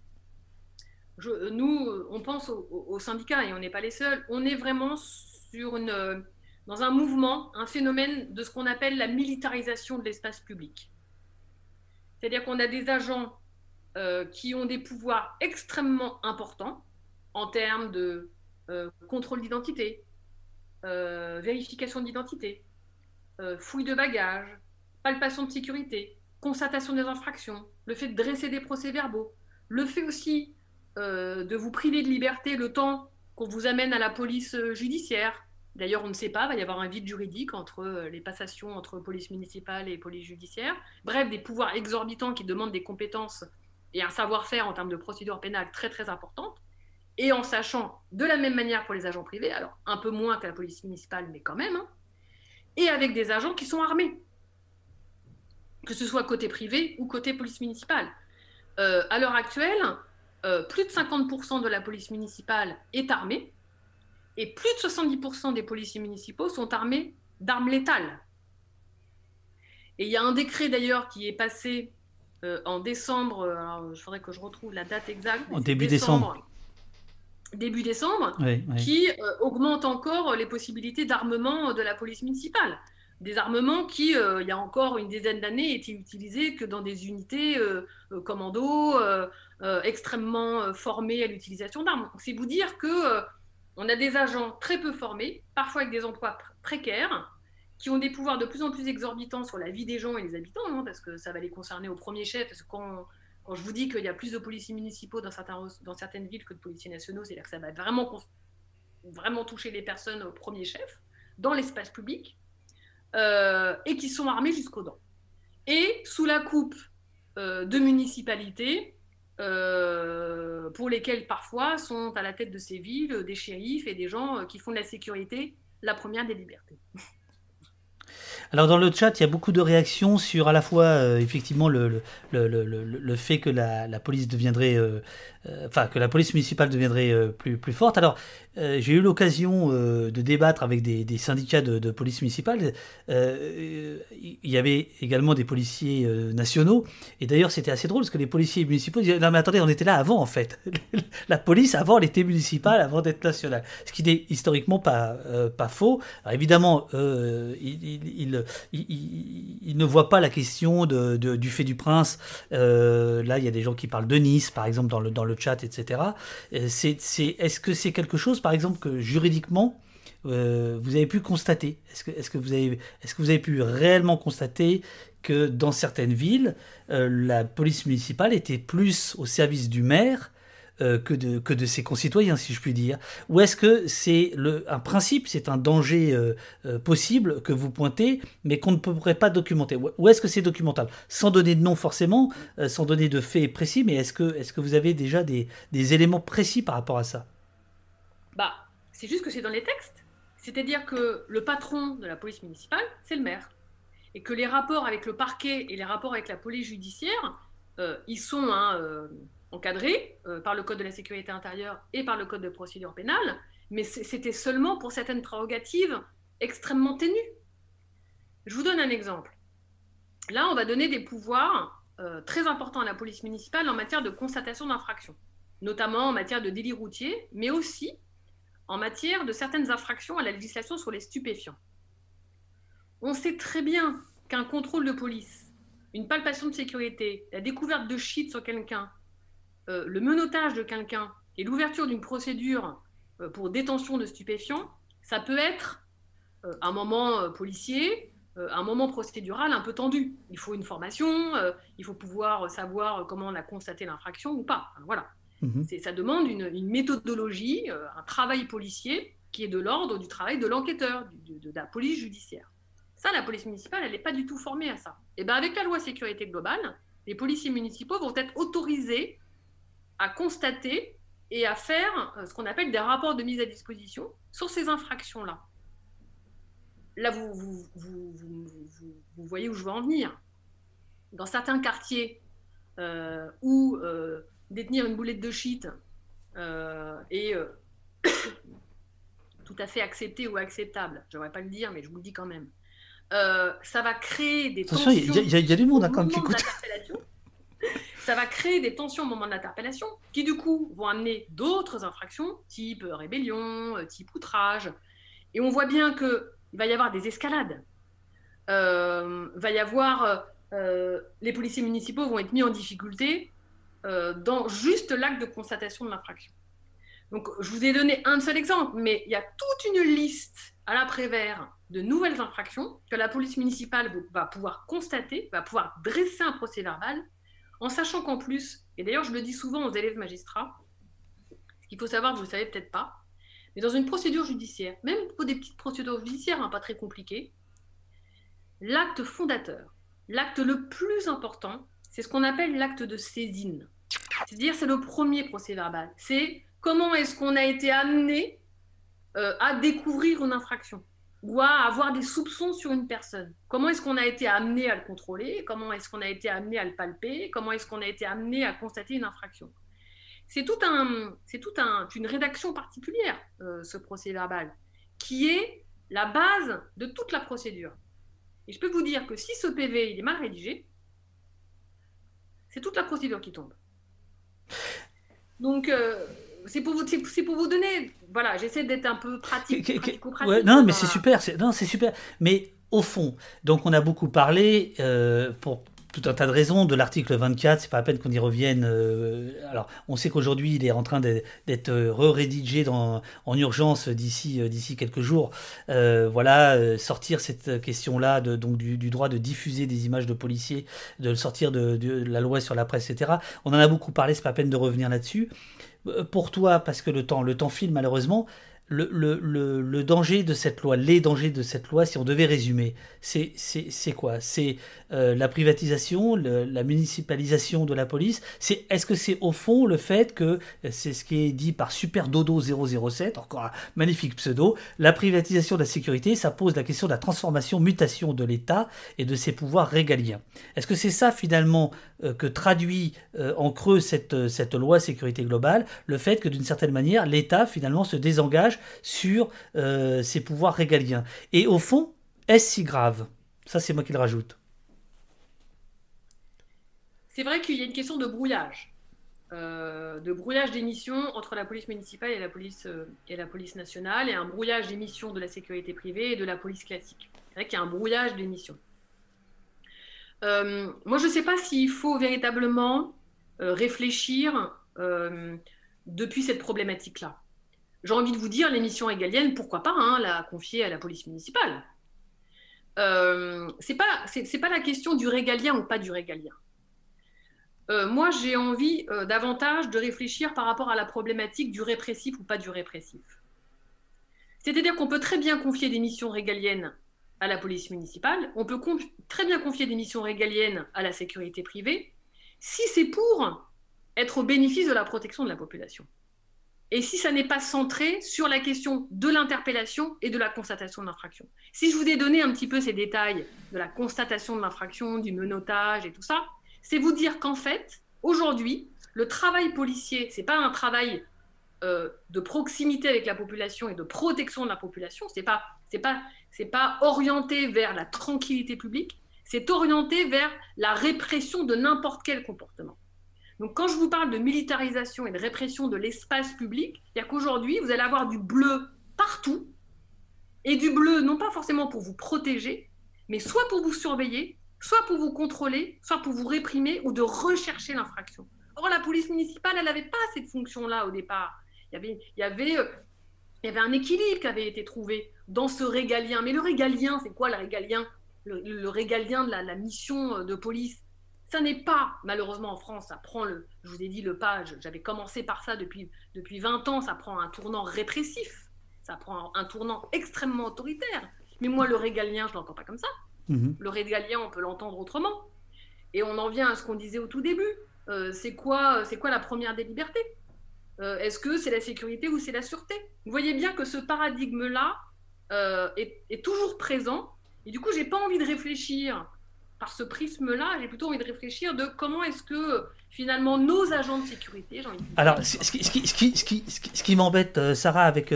nous, on pense aux syndicats, et on n'est pas les seuls, on est vraiment dans un mouvement, un phénomène de ce qu'on appelle la militarisation de l'espace public. C'est-à-dire qu'on a des agents qui ont des pouvoirs extrêmement importants en termes de contrôle d'identité, vérification d'identité, fouille de bagages, palpation de sécurité, constatation des infractions, le fait de dresser des procès-verbaux, le fait aussi de vous priver de liberté le temps qu'on vous amène à la police judiciaire. D'ailleurs, on ne sait pas, il va y avoir un vide juridique entre les passations entre police municipale et police judiciaire. Bref, des pouvoirs exorbitants qui demandent des compétences et un savoir-faire en termes de procédure pénale très très importante, et en sachant de la même manière pour les agents privés, alors un peu moins que la police municipale, mais quand même, hein, et avec des agents qui sont armés, que ce soit côté privé ou côté police municipale. À l'heure actuelle, plus de 50% de la police municipale est armée, et plus de 70% des policiers municipaux sont armés d'armes létales. Et il y a un décret d'ailleurs qui est passé en décembre, alors il faudrait que je retrouve la date exacte. En début décembre. Début décembre, oui. Qui augmente encore les possibilités d'armement de la police municipale. Des armements qui, il y a encore une dizaine d'années, étaient utilisés que dans des unités commando extrêmement formées à l'utilisation d'armes. C'est vous dire que on a des agents très peu formés, parfois avec des emplois précaires, qui ont des pouvoirs de plus en plus exorbitants sur la vie des gens et les habitants, hein, parce que ça va les concerner au premier chef. Parce que quand je vous dis qu'il y a plus de policiers municipaux dans certaines villes que de policiers nationaux, c'est-à-dire que ça va vraiment toucher les personnes au premier chef, dans l'espace public, et qui sont armés jusqu'aux dents. Et sous la coupe de municipalités, pour lesquelles parfois sont à la tête de ces villes des shérifs et des gens qui font de la sécurité la première des libertés. Alors dans le chat, il y a beaucoup de réactions sur à la fois effectivement le fait que la police deviendrait, enfin que la police municipale deviendrait plus forte. Alors j'ai eu l'occasion de débattre avec des syndicats de police municipale. Il y avait également des policiers nationaux. Et d'ailleurs c'était assez drôle parce que les policiers municipaux disaient non mais attendez, on était là avant en fait. La police avant elle était municipale avant d'être nationale. Ce qui n'est historiquement pas faux. Alors évidemment il ne voit pas la question du fait du prince. Là, il y a des gens qui parlent de Nice, par exemple, dans le chat, etc. Est-ce que c'est quelque chose, par exemple, que juridiquement, vous avez pu constater? Est-ce que vous avez pu réellement constater que dans certaines villes, la police municipale était plus au service du maire que de ses concitoyens, si je puis dire? Ou est-ce que c'est un principe, c'est un danger possible que vous pointez, mais qu'on ne pourrait pas documenter? Ou est-ce que c'est documentable? Sans donner de nom forcément, sans donner de faits précis, mais est-ce que vous avez déjà des éléments précis par rapport à ça? Bah, c'est juste que c'est dans les textes. C'est-à-dire que le patron de la police municipale, c'est le maire. Et que les rapports avec le parquet et les rapports avec la police judiciaire, ils sont encadrés par le Code de la sécurité intérieure et par le Code de procédure pénale, mais c'était seulement pour certaines prérogatives extrêmement ténues. Je vous donne un exemple. Là, on va donner des pouvoirs très importants à la police municipale en matière de constatation d'infractions, notamment en matière de délit routier, mais aussi en matière de certaines infractions à la législation sur les stupéfiants. On sait très bien qu'un contrôle de police, une palpation de sécurité, la découverte de shit sur quelqu'un, le menottage de quelqu'un et l'ouverture d'une procédure pour détention de stupéfiants, ça peut être un moment policier, un moment procédural un peu tendu. Il faut une formation, il faut pouvoir savoir comment on a constaté l'infraction ou pas. Enfin, voilà. Ça demande une méthodologie, un travail policier qui est de l'ordre du travail de l'enquêteur, de la police judiciaire. Ça, la police municipale, elle n'est pas du tout formée à ça. Et bien, avec la loi sécurité globale, les policiers municipaux vont être autorisés à constater et à faire ce qu'on appelle des rapports de mise à disposition sur ces infractions-là. Là, vous voyez où je veux en venir. Dans certains quartiers où détenir une boulette de shit est tout à fait accepté ou acceptable, je ne devrais pas le dire, mais je vous le dis quand même, ça va créer des tensions. Attention, il y a du monde quand même qui écoute. Ça va créer des tensions au moment de l'interpellation qui, du coup, vont amener d'autres infractions, type rébellion, type outrage. Et on voit bien qu'il va y avoir des escalades. Va y avoir... les policiers municipaux vont être mis en difficulté dans juste l'acte de constatation de l'infraction. Donc, je vous ai donné un seul exemple, mais il y a toute une liste à l'après-vert de nouvelles infractions que la police municipale va pouvoir constater, va pouvoir dresser un procès-verbal, en sachant qu'en plus, et d'ailleurs je le dis souvent aux élèves magistrats, ce qu'il faut savoir, vous ne le savez peut-être pas, mais dans une procédure judiciaire, même pour des petites procédures judiciaires, pas très compliquées, l'acte fondateur, l'acte le plus important, c'est ce qu'on appelle l'acte de saisine. C'est-à-dire, c'est le premier procès-verbal. C'est comment est-ce qu'on a été amené à découvrir une infraction ou à avoir des soupçons sur une personne. Comment est-ce qu'on a été amené à le contrôler? Comment est-ce qu'on a été amené à le palper? Comment est-ce qu'on a été amené à constater une infraction? C'est une rédaction particulière, ce procès-verbal, qui est la base de toute la procédure. Et je peux vous dire que si ce PV il est mal rédigé, c'est toute la procédure qui tombe. Donc, c'est pour vous donner... Voilà, j'essaie d'être un peu pratico-pratique. Ouais, non, mais c'est super. C'est super. Mais au fond, donc on a beaucoup parlé, pour tout un tas de raisons, de l'article 24, c'est pas la peine qu'on y revienne. Alors, on sait qu'aujourd'hui, il est en train d'être re-rédigé en urgence d'ici quelques jours. Voilà, sortir cette question-là donc du droit de diffuser des images de policiers, de le sortir de la loi sur la presse, etc. On en a beaucoup parlé, c'est pas la peine de revenir là-dessus. Pour toi, parce que le temps file malheureusement, le danger de cette loi, les dangers de cette loi, si on devait résumer, c'est quoi? C'est la privatisation, la municipalisation de la police. Est-ce que c'est au fond le fait que, c'est ce qui est dit par Super Dodo 007, encore un magnifique pseudo, la privatisation de la sécurité, ça pose la question de la transformation, mutation de l'État et de ses pouvoirs régaliens. Est-ce que c'est ça finalement que traduit en creux cette loi sécurité globale, le fait que d'une certaine manière, l'État finalement se désengage sur ses pouvoirs régaliens. Et au fond, est-ce si grave? Ça, c'est moi qui le rajoute. C'est vrai qu'il y a une question de brouillage des missions entre la police municipale et la police nationale, et un brouillage des missions de la sécurité privée et de la police classique. C'est vrai qu'il y a un brouillage des missions. Moi, je ne sais pas s'il faut véritablement réfléchir depuis cette problématique-là. J'ai envie de vous dire, les missions régaliennes, pourquoi pas la confier à la police municipale. C'est pas la question du régalien ou pas du régalien. Moi, j'ai envie davantage de réfléchir par rapport à la problématique du répressif ou pas du répressif. C'est-à-dire qu'on peut très bien confier des missions régaliennes à la police municipale, on peut très bien confier des missions régaliennes à la sécurité privée, si c'est pour être au bénéfice de la protection de la population. Et si ça n'est pas centré sur la question de l'interpellation et de la constatation de l'infraction. Si je vous ai donné un petit peu ces détails de la constatation de l'infraction, du menottage et tout ça, c'est vous dire qu'en fait, aujourd'hui, le travail policier, ce n'est pas un travail de proximité avec la population et de protection de la population, c'est pas orienté vers la tranquillité publique, c'est orienté vers la répression de n'importe quel comportement. Donc, quand je vous parle de militarisation et de répression de l'espace public, il y a qu'aujourd'hui, vous allez avoir du bleu partout, et du bleu, non pas forcément pour vous protéger, mais soit pour vous surveiller, soit pour vous contrôler, soit pour vous réprimer ou de rechercher l'infraction. Or, la police municipale, elle n'avait pas cette fonction-là au départ. Il y avait un équilibre qui avait été trouvé dans ce régalien. Mais le régalien, c'est quoi le régalien? Le régalien de la mission de police, ça n'est pas, malheureusement en France, ça prend je vous ai dit le pas, j'avais commencé par ça depuis 20 ans, ça prend un tournant répressif, ça prend un tournant extrêmement autoritaire. Mais moi, le régalien, je ne l'entends pas comme ça. Le régalien, on peut l'entendre autrement. Et on en vient à ce qu'on disait au tout début. C'est quoi la première des libertés? Est-ce que c'est la sécurité ou c'est la sûreté? Vous voyez bien que ce paradigme-là est toujours présent. Et du coup, je n'ai pas envie de réfléchir par ce prisme-là, j'ai plutôt envie de réfléchir de comment est-ce que finalement nos agents de sécurité... Alors, ce qui m'embête, Sarah, avec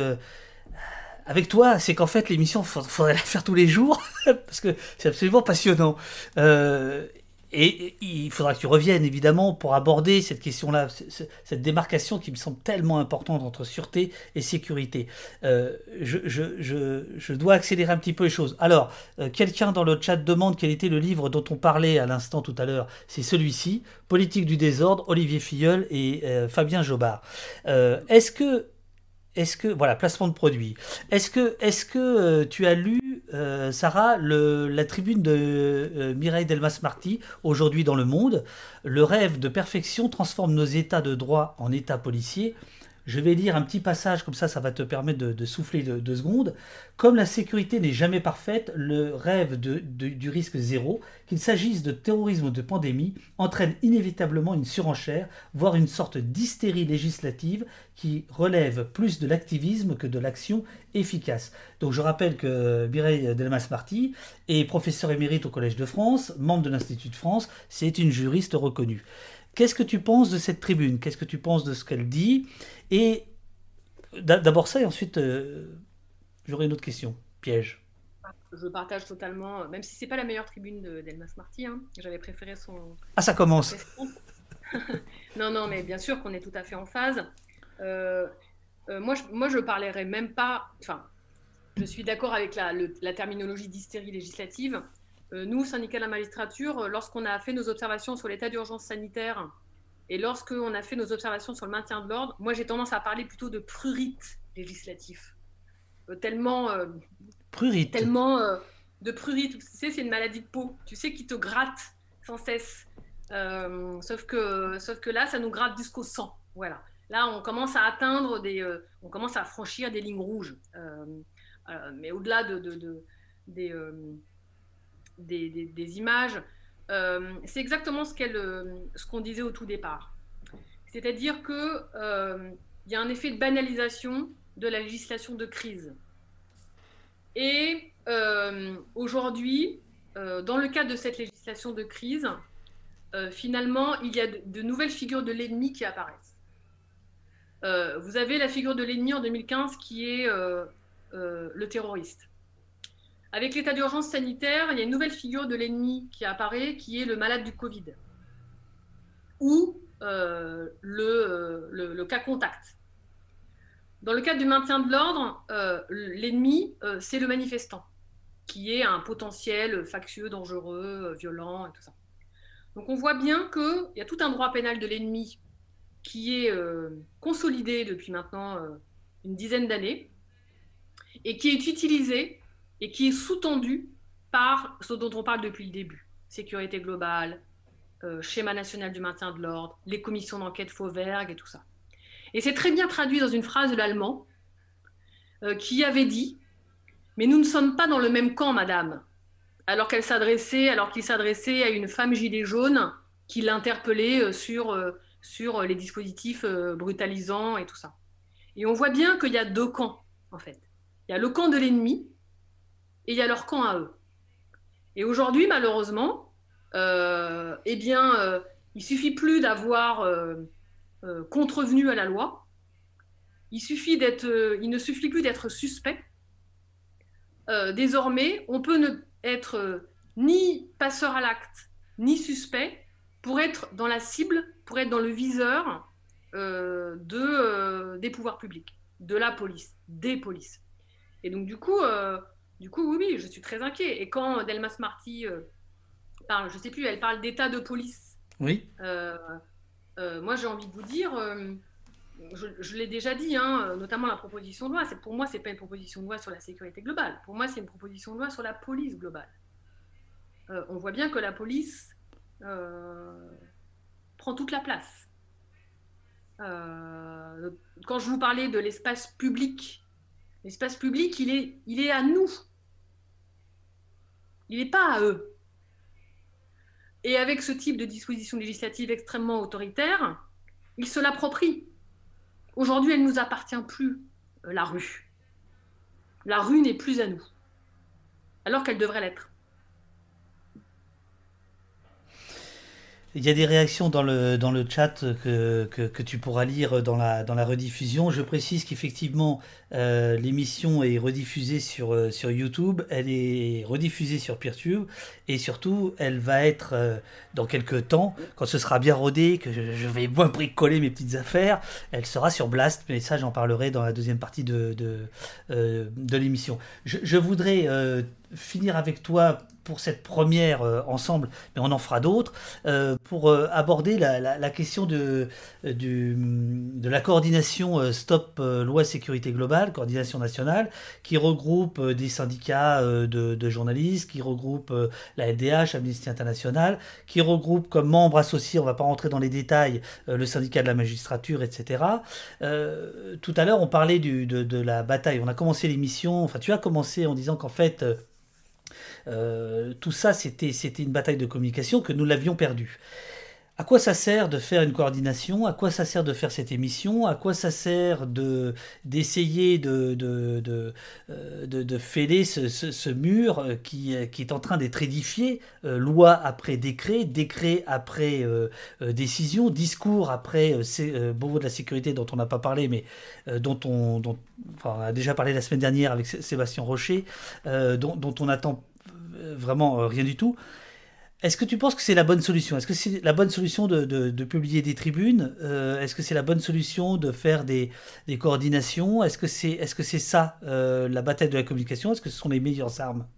toi, c'est qu'en fait, l'émission, faudrait la faire tous les jours, parce que c'est absolument passionnant. Et il faudra que tu reviennes, évidemment, pour aborder cette question-là, cette démarcation qui me semble tellement importante entre sûreté et sécurité. Je dois accélérer un petit peu les choses. Alors, quelqu'un dans le chat demande quel était le livre dont on parlait à l'instant tout à l'heure. C'est celui-ci, Politique du désordre, Olivier Filleul et Fabien Jobard. Est-ce que voilà, placement de produit. Est-ce que tu as lu, Sarah, la tribune de Mireille Delmas-Marty, aujourd'hui dans Le Monde, le rêve de perfection transforme nos états de droit en états policiers. Je vais lire un petit passage, comme ça va te permettre de souffler 2 secondes. Comme la sécurité n'est jamais parfaite, le rêve du risque zéro, qu'il s'agisse de terrorisme ou de pandémie, entraîne inévitablement une surenchère, voire une sorte d'hystérie législative qui relève plus de l'activisme que de l'action efficace. Donc je rappelle que Mireille Delmas-Marty est professeure émérite au Collège de France, membre de l'Institut de France, c'est une juriste reconnue. Qu'est-ce que tu penses de cette tribune? Qu'est-ce que tu penses de ce qu'elle dit? Et d'abord ça, et ensuite j'aurai une autre question. Piège. Je partage totalement, même si c'est pas la meilleure tribune d'Delmas-Marty, j'avais préféré son... Ah, ça commence. Non, mais bien sûr qu'on est tout à fait en phase. Moi, je parlerai même pas... Enfin, je suis d'accord avec la terminologie d'hystérie législative. Nous, syndicat de la magistrature, lorsqu'on a fait nos observations sur l'état d'urgence sanitaire et lorsqu'on a fait nos observations sur le maintien de l'ordre, moi j'ai tendance à parler plutôt de prurite législatif. Tellement de prurite. Tu sais, c'est une maladie de peau, tu sais, qui te gratte sans cesse. Sauf que là, ça nous gratte jusqu'au sang. Voilà. Là, on commence à atteindre on commence à franchir des lignes rouges. Mais au-delà des, des images, c'est exactement ce qu'on disait au tout départ. C'est-à-dire que il y a un effet de banalisation de la législation de crise. Et aujourd'hui, dans le cadre de cette législation de crise, finalement, il y a de nouvelles figures de l'ennemi qui apparaissent. Vous avez la figure de l'ennemi en 2015 qui est le terroriste. Avec l'état d'urgence sanitaire, il y a une nouvelle figure de l'ennemi qui apparaît, qui est le malade du Covid, ou le cas contact. Dans le cadre du maintien de l'ordre, l'ennemi, c'est le manifestant, qui est un potentiel factieux, dangereux, violent, et tout ça. Donc on voit bien qu'il y a tout un droit pénal de l'ennemi qui est consolidé depuis maintenant une dizaine d'années, et qui est utilisé et qui est sous-tendu par ce dont on parle depuis le début. Sécurité globale, schéma national du maintien de l'ordre, les commissions d'enquête Fauvergue et tout ça. Et c'est très bien traduit dans une phrase de l'allemand qui avait dit « Mais nous ne sommes pas dans le même camp, madame », alors qu'il s'adressait à une femme gilet jaune qui l'interpellait sur les dispositifs brutalisants et tout ça. Et on voit bien qu'il y a deux camps, en fait. Il y a le camp de l'ennemi et il y a leur camp à eux. Et aujourd'hui, malheureusement, il suffit plus d'avoir contrevenu à la loi. Il ne suffit plus d'être suspect. Désormais, on peut ne être ni passeur à l'acte, ni suspect pour être dans la cible, pour être dans le viseur des pouvoirs publics, de la police, des polices. Et donc, du coup, oui, je suis très inquiet. Et quand Delmas Marty parle, je ne sais plus, elle parle d'état de police. Oui. Moi, j'ai envie de vous dire, je l'ai déjà dit, notamment la proposition de loi. Pour moi, ce n'est pas une proposition de loi sur la sécurité globale. Pour moi, c'est une proposition de loi sur la police globale. On voit bien que la police prend toute la place. Quand je vous parlais de l'espace public, il est à nous. Il n'est pas à eux. Et avec ce type de disposition législative extrêmement autoritaire, ils se l'approprient. Aujourd'hui, elle ne nous appartient plus, la rue. La rue n'est plus à nous, alors qu'elle devrait l'être. Il y a des réactions dans le chat que tu pourras lire dans la rediffusion. Je précise qu'effectivement, l'émission est rediffusée sur YouTube, elle est rediffusée sur Peertube, et surtout, elle va être dans quelques temps, quand ce sera bien rodé, que je vais moins bricoler mes petites affaires, elle sera sur Blast, mais ça, j'en parlerai dans la deuxième partie de l'émission. Je voudrais finir avec toi pour cette première ensemble, mais on en fera d'autres, pour aborder la question de la coordination Stop Loi Sécurité Globale, coordination nationale, qui regroupe des syndicats de journalistes, qui regroupe la LDH, Amnesty International, qui regroupe comme membres associés, on ne va pas rentrer dans les détails, le syndicat de la magistrature, etc. Tout à l'heure, on parlait de la bataille. On a commencé l'émission, enfin tu as commencé en disant qu'en fait, tout ça, c'était une bataille de communication, que nous l'avions perdue. À quoi ça sert de faire une coordination? À quoi ça sert de faire cette émission? À quoi ça sert d'essayer de fêler ce mur qui est en train d'être édifié, loi après décret, décret après décision, discours après Beauvau de la sécurité dont on n'a pas parlé, mais dont on a déjà parlé la semaine dernière avec Sébastien Rocher, dont on attend vraiment rien du tout. Est-ce que tu penses que c'est la bonne solution? Est-ce que c'est la bonne solution de publier des tribunes? Est-ce que c'est la bonne solution de faire des coordinations? Est-ce que c'est ça la bataille de la communication? Est-ce que ce sont les meilleures armes?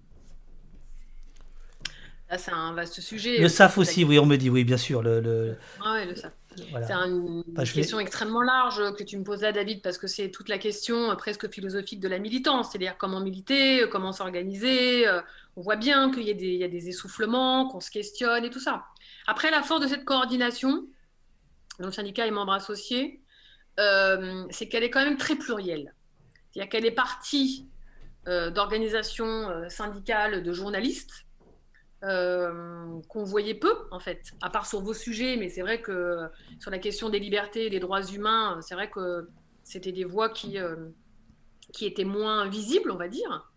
Là, c'est un vaste sujet. Le SAF aussi, oui, on me dit, oui, bien sûr. Oui, le SAF. Voilà. C'est une question extrêmement large que tu me poses là, David, parce que c'est toute la question presque philosophique de la militance, c'est-à-dire comment militer, comment s'organiser. On voit bien qu'il y a des essoufflements, qu'on se questionne et tout ça. Après, la force de cette coordination, dont le syndicat est membre associé, c'est qu'elle est quand même très plurielle. C'est-à-dire qu'elle est partie d'organisations syndicales de journalistes qu'on voyait peu, en fait, à part sur vos sujets, mais c'est vrai que sur la question des libertés et des droits humains, c'est vrai que c'était des voix qui étaient moins visibles, on va dire.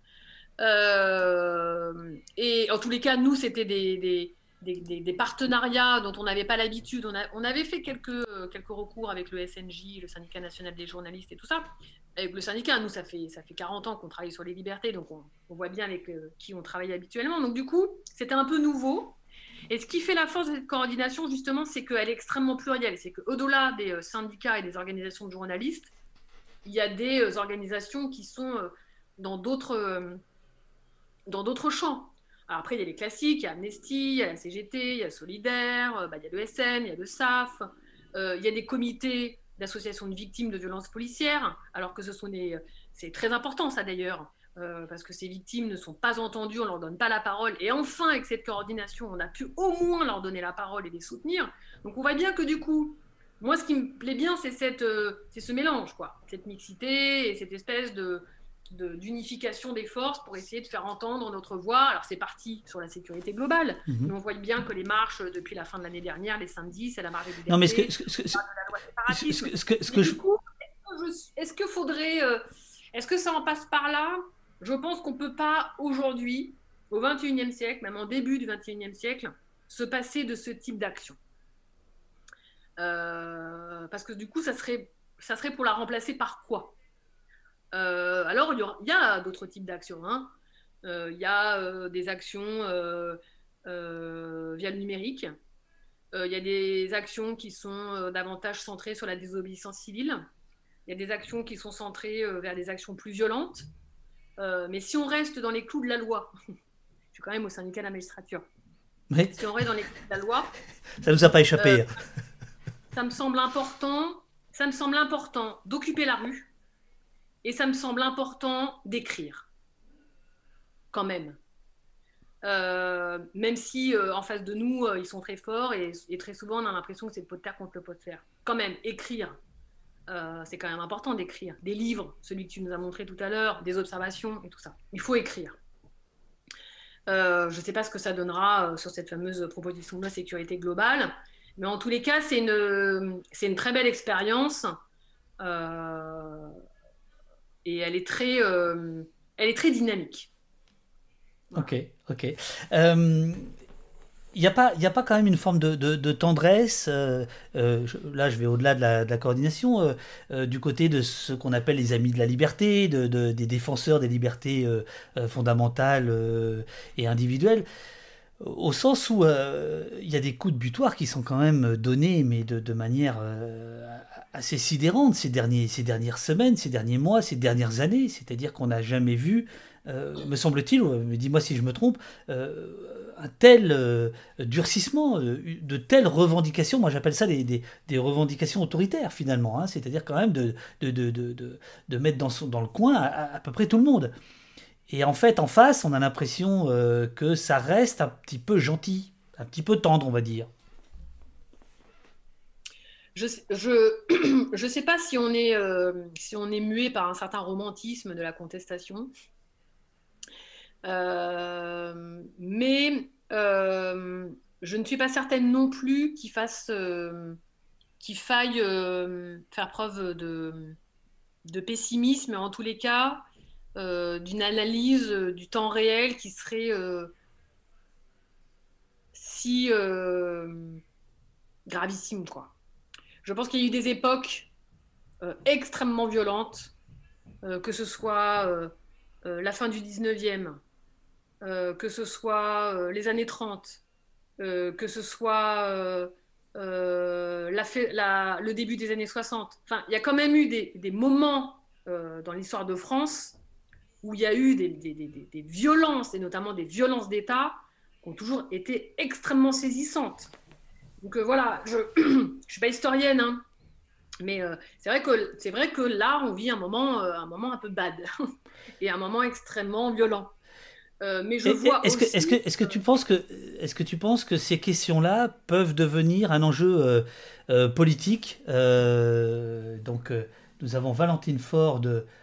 Et en tous les cas, nous, c'était des partenariats dont on n'avait pas l'habitude. On avait fait quelques recours avec le SNJ, le syndicat national des journalistes et tout ça. Avec le syndicat, nous, ça fait 40 ans qu'on travaille sur les libertés, donc on voit bien avec qui on travaille habituellement. Donc du coup, c'était un peu nouveau. Et ce qui fait la force de cette coordination, justement, c'est qu'elle est extrêmement plurielle. C'est qu'au-delà des syndicats et des organisations de journalistes, il y a des organisations qui sont dans d'autres champs. Alors après, il y a les classiques, il y a Amnesty, il y a la CGT, il y a Solidaire, il y a le SN, il y a le SAF, il y a des comités d'associations de victimes de violences policières, alors que c'est très important ça d'ailleurs, parce que ces victimes ne sont pas entendues, on ne leur donne pas la parole, et enfin avec cette coordination, on a pu au moins leur donner la parole et les soutenir. Donc on voit bien que du coup, moi ce qui me plaît bien, c'est ce mélange, quoi, cette mixité et cette espèce d'unification des forces pour essayer de faire entendre notre voix. Alors c'est parti sur la sécurité globale, mais on voit bien que les marches depuis la fin de l'année dernière, les samedis, c'est la marche des libertés, Non, mais est-ce que ça en passe par là? Je pense qu'on ne peut pas aujourd'hui, au XXIe siècle, même en début du XXIe siècle, se passer de ce type d'action. Parce que du coup, ça serait pour la remplacer par quoi? Alors, il y a d'autres types d'actions. Hein. Il y a des actions via le numérique. Il y a des actions qui sont davantage centrées sur la désobéissance civile. Il y a des actions qui sont centrées vers des actions plus violentes. Mais si on reste dans les clous de la loi, je suis quand même au syndicat de la magistrature. Oui. Si on reste dans les clous de la loi, ça nous a pas échappé. Ça me semble important d'occuper la rue. Et ça me semble important d'écrire, quand même. Même si en face de nous, ils sont très forts et très souvent, on a l'impression que c'est le pot de terre contre le pot de fer. Quand même, écrire, c'est quand même important d'écrire. Des livres, celui que tu nous as montré tout à l'heure, des observations et tout ça. Il faut écrire. Je ne sais pas ce que ça donnera sur cette fameuse proposition de loi sécurité globale, mais en tous les cas, c'est une très belle expérience. Et elle est très dynamique. Voilà. Ok. Il n'y a pas quand même une forme de tendresse, là je vais au-delà de la coordination, du côté de ce qu'on appelle les amis de la liberté, des défenseurs des libertés fondamentales et individuelles, au sens où il y a des coups de butoir qui sont quand même donnés, mais de manière assez sidérante ces dernières semaines, ces derniers mois, ces dernières années. C'est-à-dire qu'on n'a jamais vu, me semble-t-il, dis-moi si je me trompe, un tel durcissement, de telles revendications. Moi j'appelle ça des revendications autoritaires finalement. Hein, c'est-à-dire quand même de mettre dans le coin à peu près tout le monde. Et en fait, en face, on a l'impression que ça reste un petit peu gentil, un petit peu tendre, on va dire. Je sais pas si on est muet par un certain romantisme de la contestation, mais je ne suis pas certaine non plus qu'il faille faire preuve de pessimisme, en tous les cas, d'une analyse du temps réel qui serait si gravissime, quoi. Je pense qu'il y a eu des époques extrêmement violentes, que ce soit la fin du 19e, que ce soit les années 30, que ce soit le début des années 60. Enfin, il y a quand même eu des moments dans l'histoire de France où il y a eu des violences, et notamment des violences d'État, qui ont toujours été extrêmement saisissantes. Donc voilà, je ne suis pas historienne, hein, mais c'est vrai que là, on vit un moment un peu bad et un moment extrêmement violent. Mais je vois aussi... Est-ce que tu penses que ces questions-là peuvent devenir un enjeu politique donc, nous avons Valentine Faure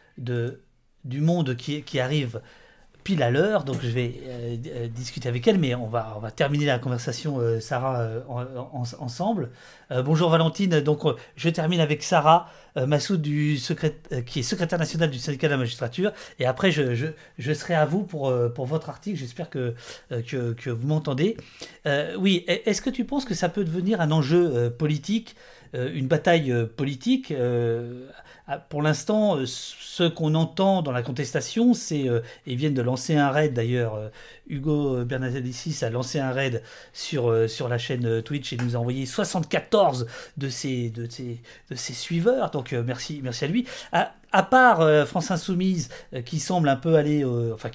du Monde qui arrive pile à l'heure, donc je vais discuter avec elle, mais on va terminer la conversation, Sarah, ensemble. Bonjour Valentine, donc je termine avec Sarah Massoud, qui est secrétaire nationale du syndicat de la magistrature, et après je serai à vous pour votre article, j'espère que vous m'entendez. Oui, est-ce que tu penses que ça peut devenir un enjeu politique, une bataille politique pour l'instant, ce qu'on entend dans la contestation, ils viennent de lancer un raid d'ailleurs. Hugo Bernalicis a lancé un raid sur la chaîne Twitch et nous a envoyé 74 de ses suiveurs. Donc merci à lui. À part France Insoumise qui semble un peu aller, enfin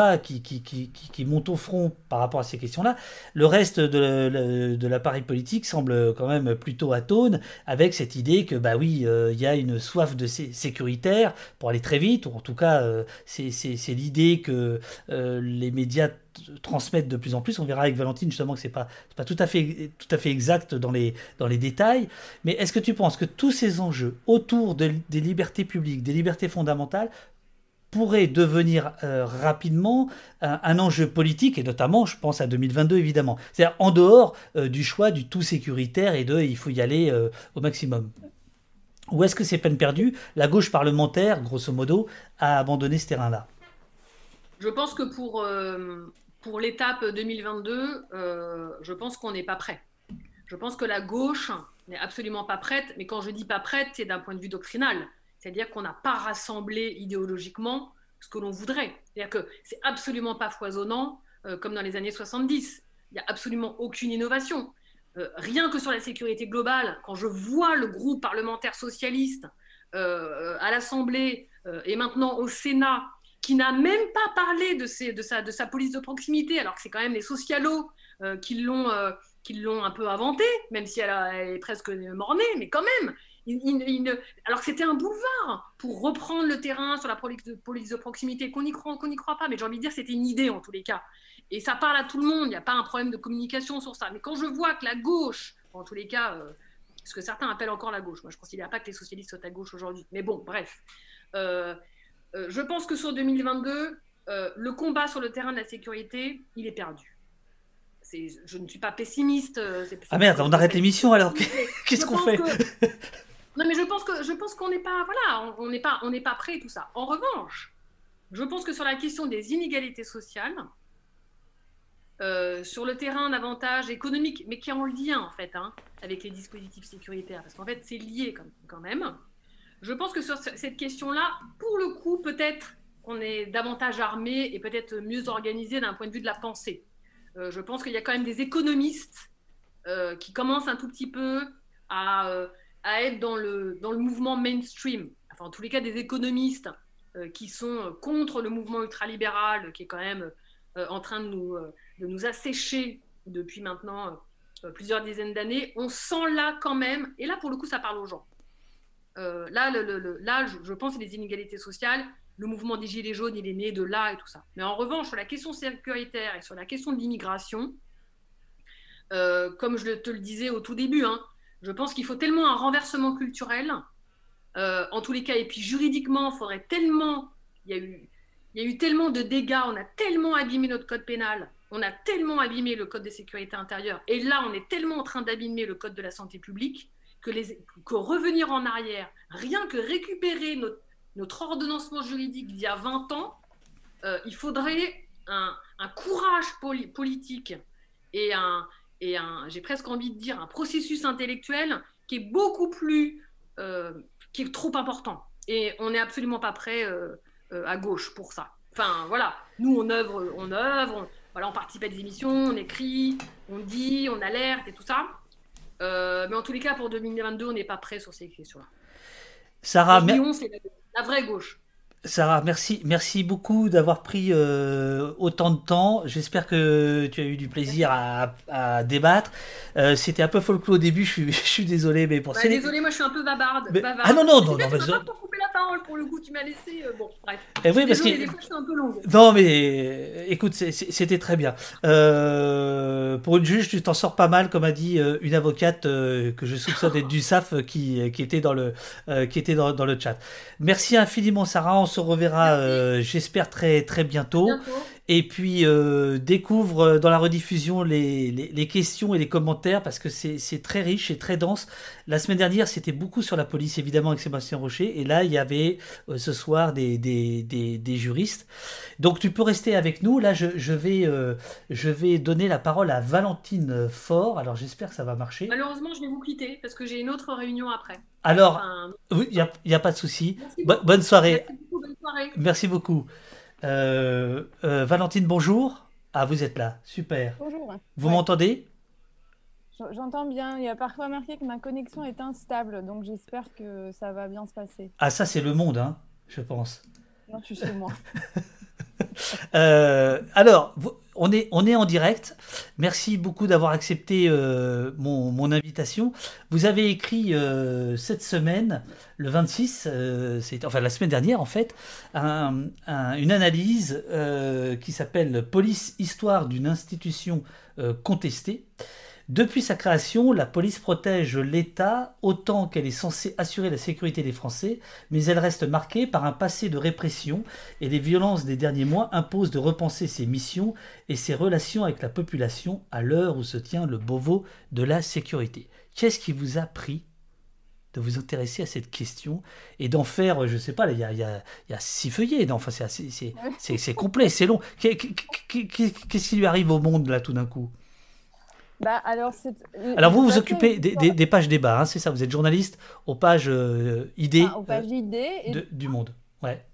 qui monte au front par rapport à ces questions-là, le reste de l'appareil politique semble quand même plutôt atone, avec cette idée que bah oui, il y a une soif de sécuritaire pour aller très vite, ou en tout cas c'est l'idée que les médias transmettre de plus en plus. On verra avec Valentine justement que c'est pas tout à fait exact dans les détails. Mais est-ce que tu penses que tous ces enjeux autour des libertés publiques, des libertés fondamentales, pourraient devenir rapidement un enjeu politique, et notamment, je pense à 2022 évidemment. C'est-à-dire en dehors du choix du tout sécuritaire et il faut y aller au maximum. Ou est-ce que c'est peine perdue? La gauche parlementaire, grosso modo, a abandonné ce terrain-là. Je pense que pour l'étape 2022, je pense qu'on n'est pas prêt. Je pense que la gauche n'est absolument pas prête, mais quand je dis pas prête, c'est d'un point de vue doctrinal. C'est-à-dire qu'on n'a pas rassemblé idéologiquement ce que l'on voudrait. C'est-à-dire que c'est absolument pas foisonnant comme dans les années 70. Il n'y a absolument aucune innovation. Rien que sur la sécurité globale, quand je vois le groupe parlementaire socialiste à l'Assemblée et maintenant au Sénat, qui n'a même pas parlé de sa police de proximité, alors que c'est quand même les socialos qui l'ont un peu inventée, même si elle est presque mort-née, mais quand même. Alors que c'était un boulevard pour reprendre le terrain sur la police de proximité, qu'on n'y croit pas, mais j'ai envie de dire c'était une idée en tous les cas. Et ça parle à tout le monde, il n'y a pas un problème de communication sur ça. Mais quand je vois que la gauche, en tous les cas, ce que certains appellent encore la gauche, moi je ne considère pas que les socialistes soient à gauche aujourd'hui, mais bon, bref. Je pense que sur 2022, le combat sur le terrain de la sécurité, il est perdu. Je ne suis pas pessimiste. Ah merde, on arrête l'émission alors. Qu'est-ce qu'on fait? Non, mais je pense qu'on n'est pas, voilà, on n'est pas prêt et tout ça. En revanche, je pense que sur la question des inégalités sociales, sur le terrain d'avantages économiques, mais qui est en lien en fait avec les dispositifs sécuritaires, parce qu'en fait c'est lié quand même. Je pense que sur cette question-là, pour le coup, peut-être qu'on est davantage armé et peut-être mieux organisé d'un point de vue de la pensée. Je pense qu'il y a quand même des économistes qui commencent un tout petit peu à être dans le mouvement mainstream. Enfin, en tous les cas, des économistes qui sont contre le mouvement ultralibéral, qui est quand même en train de nous assécher depuis maintenant plusieurs dizaines d'années. On sent là quand même, et là pour le coup, ça parle aux gens. Là, je pense que les inégalités sociales, le mouvement des Gilets jaunes, il est né de là et tout ça. Mais en revanche, sur la question sécuritaire et sur la question de l'immigration, comme je te le disais au tout début, je pense qu'il faut tellement un renversement culturel, en tous les cas, et puis juridiquement, il faudrait tellement... Il y a eu tellement de dégâts, on a tellement abîmé notre code pénal, on a tellement abîmé le code de sécurité intérieure, et là, on est tellement en train d'abîmer le code de la santé publique, que revenir en arrière, rien que récupérer notre ordonnancement juridique d'il y a 20 ans, il faudrait un courage politique et j'ai presque envie de dire, un processus intellectuel qui est beaucoup plus, qui est trop important. Et on n'est absolument pas prêt à gauche pour ça. Enfin, voilà, nous, on œuvre, voilà, on participe à des émissions, on écrit, on dit, on alerte et tout ça. Mais en tous les cas, pour 2022, on n'est pas prêt sur ces questions-là. Sarah, c'est la vraie gauche. Sarah, merci beaucoup d'avoir pris autant de temps. J'espère que tu as eu du plaisir à débattre. C'était un peu folklore au début, je suis désolé, mais pour désolé, moi je suis un peu bavarde. Ah non, pas pour couper la parole pour le coup, tu m'as laissé. Bon, bref. Et oui, parce Désolée, que des fois, je suis un peu longue. non, mais écoute, c'était très bien. Pour une juge, tu t'en sors pas mal, comme a dit une avocate que je soupçonne d'être du SAF qui était dans le chat. Merci infiniment, Sarah. On se reverra, Merci. j'espère, très, très À bientôt. bientôt. Et puis, découvre dans la rediffusion les questions et les commentaires parce que c'est très riche et très dense. La semaine dernière, c'était beaucoup sur la police, évidemment, avec Sébastien Rocher. Et là, il y avait ce soir des juristes. Donc tu peux rester avec nous. Là, je vais donner la parole à Valentine Faure. Alors j'espère que ça va marcher. Malheureusement, je vais vous quitter parce que j'ai une autre réunion après. Alors, Enfin, oui, il y a pas de souci. merci beaucoup. Bonne soirée. Merci beaucoup. Bonne soirée. Merci beaucoup. Valentine, bonjour. Ah, vous êtes là. Super. Bonjour. Vous Ouais, m'entendez? j'entends bien. Il y a parfois marqué que ma connexion est instable, donc j'espère que ça va bien se passer. Ah, ça, c'est le monde, hein, je pense. Non, je suis chez moi. Alors, on est en direct. Merci beaucoup d'avoir accepté mon invitation. Vous avez écrit cette semaine, le 26, enfin la semaine dernière en fait, une analyse qui s'appelle Police, histoire d'une institution contestée. Depuis sa création, la police protège l'État autant qu'elle est censée assurer la sécurité des Français, mais elle reste marquée par un passé de répression et les violences des derniers mois imposent de repenser ses missions et ses relations avec la population à l'heure où se tient le Beauvau de la sécurité. Qu'est-ce qui vous a pris de vous intéresser à cette question et d'en faire, je sais pas, il y a 6 feuillets, non, enfin, c'est complet, c'est long. Qu'est-ce qui lui arrive au monde là tout d'un coup? Bah, alors, Alors vous j'ai vous pas fait occupez une histoire des pages débat, hein, c'est ça, vous êtes journaliste aux pages idées aux pages d'idées. Et du Monde. Ouais.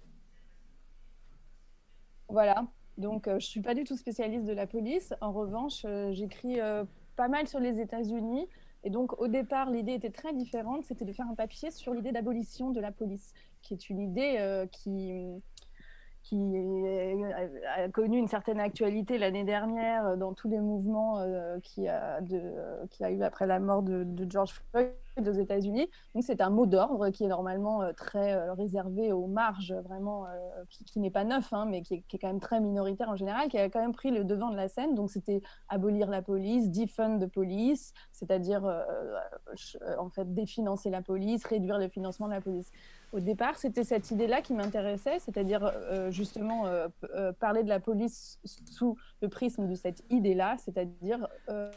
voilà. Donc, je suis pas du tout spécialiste de la police. En revanche, j'écris pas mal sur les États-Unis. Et donc, au départ, l'idée était très différente. C'était de faire un papier sur l'idée d'abolition de la police, qui est une idée qui a connu une certaine actualité l'année dernière dans tous les mouvements qu'il y a eu après la mort de George Floyd aux États-Unis. Donc c'est un mot d'ordre qui est normalement très réservé aux marges, vraiment, qui n'est pas neuf, hein, mais qui est quand même très minoritaire en général, qui a quand même pris le devant de la scène. Donc c'était abolir la police, defund the police, c'est-à-dire en fait définancer la police, réduire le financement de la police. Au départ, c'était cette idée-là qui m'intéressait, c'est-à-dire justement parler de la police sous le prisme de cette idée-là, c'est-à-dire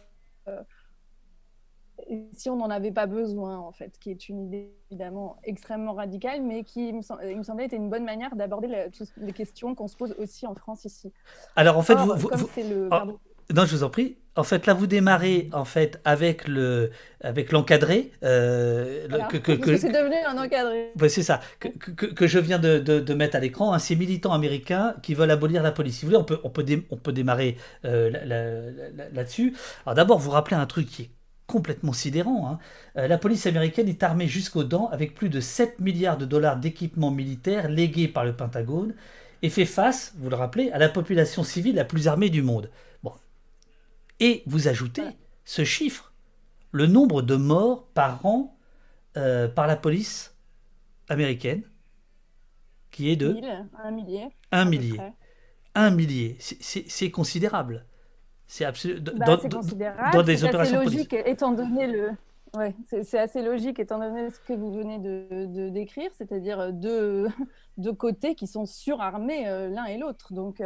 si on n'en avait pas besoin, en fait, qui est une idée évidemment extrêmement radicale, mais qui, il me semblait, était une bonne manière d'aborder toutes les questions qu'on se pose aussi en France ici. Alors en fait, Or, comme c'est le... Pardon. Non, je vous en prie. En fait, là, vous démarrez en fait avec l'encadré. Voilà. Parce que c'est devenu un encadré. Ouais, c'est ça, que je viens de mettre à l'écran, hein, ces militants américains qui veulent abolir la police. Si vous voulez, on peut démarrer là-dessus. Alors d'abord, vous rappelez un truc qui est complètement sidérant, hein. La police américaine est armée jusqu'aux dents avec plus de 7 milliards de dollars d'équipements militaires légués par le Pentagone et fait face, vous le rappelez, à la population civile la plus armée du monde. Bon. Et vous ajoutez ce chiffre, le nombre de morts par an par la police américaine, qui est de 1 millier. 1 millier. 1 millier. C'est considérable. C'est absolument c'est considérable. Dans des opérations logique, politiques. étant donné le... Ouais, c'est assez logique étant donné ce que vous venez de décrire, c'est-à-dire deux côtés qui sont surarmés l'un et l'autre. Donc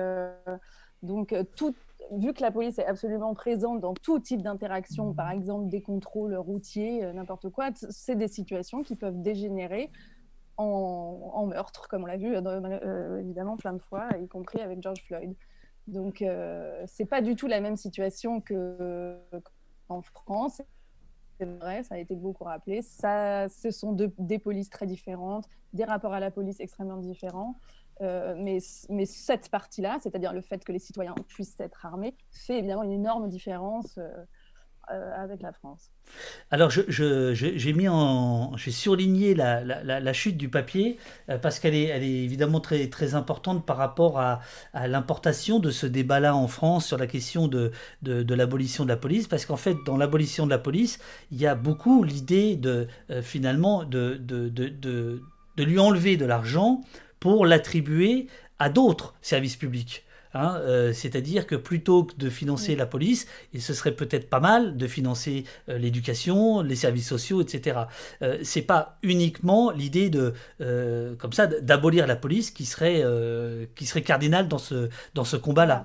vu que la police est absolument présente dans tout type d'interaction, par exemple des contrôles routiers, n'importe quoi, c'est des situations qui peuvent dégénérer en meurtre, comme on l'a vu évidemment plein de fois, y compris avec George Floyd. Donc, c'est pas du tout la même situation qu'en France. C'est vrai, ça a été beaucoup rappelé. Ce sont des polices très différentes, des rapports à la police extrêmement différents. Mais cette partie-là, c'est-à-dire le fait que les citoyens puissent être armés, fait évidemment une énorme différence avec la France. Alors, j'ai surligné la chute du papier parce qu'elle est évidemment très, très importante par rapport à l'importation de ce débat-là en France sur la question de l'abolition de la police. Parce qu'en fait, dans l'abolition de la police, il y a beaucoup l'idée finalement de lui enlever de l'argent pour l'attribuer à d'autres services publics. Hein, c'est-à-dire que plutôt que de financer la police, et ce serait peut-être pas mal de financer l'éducation, les services sociaux, etc. C'est pas uniquement l'idée de, comme ça, d'abolir la police qui serait cardinale dans ce combat-là.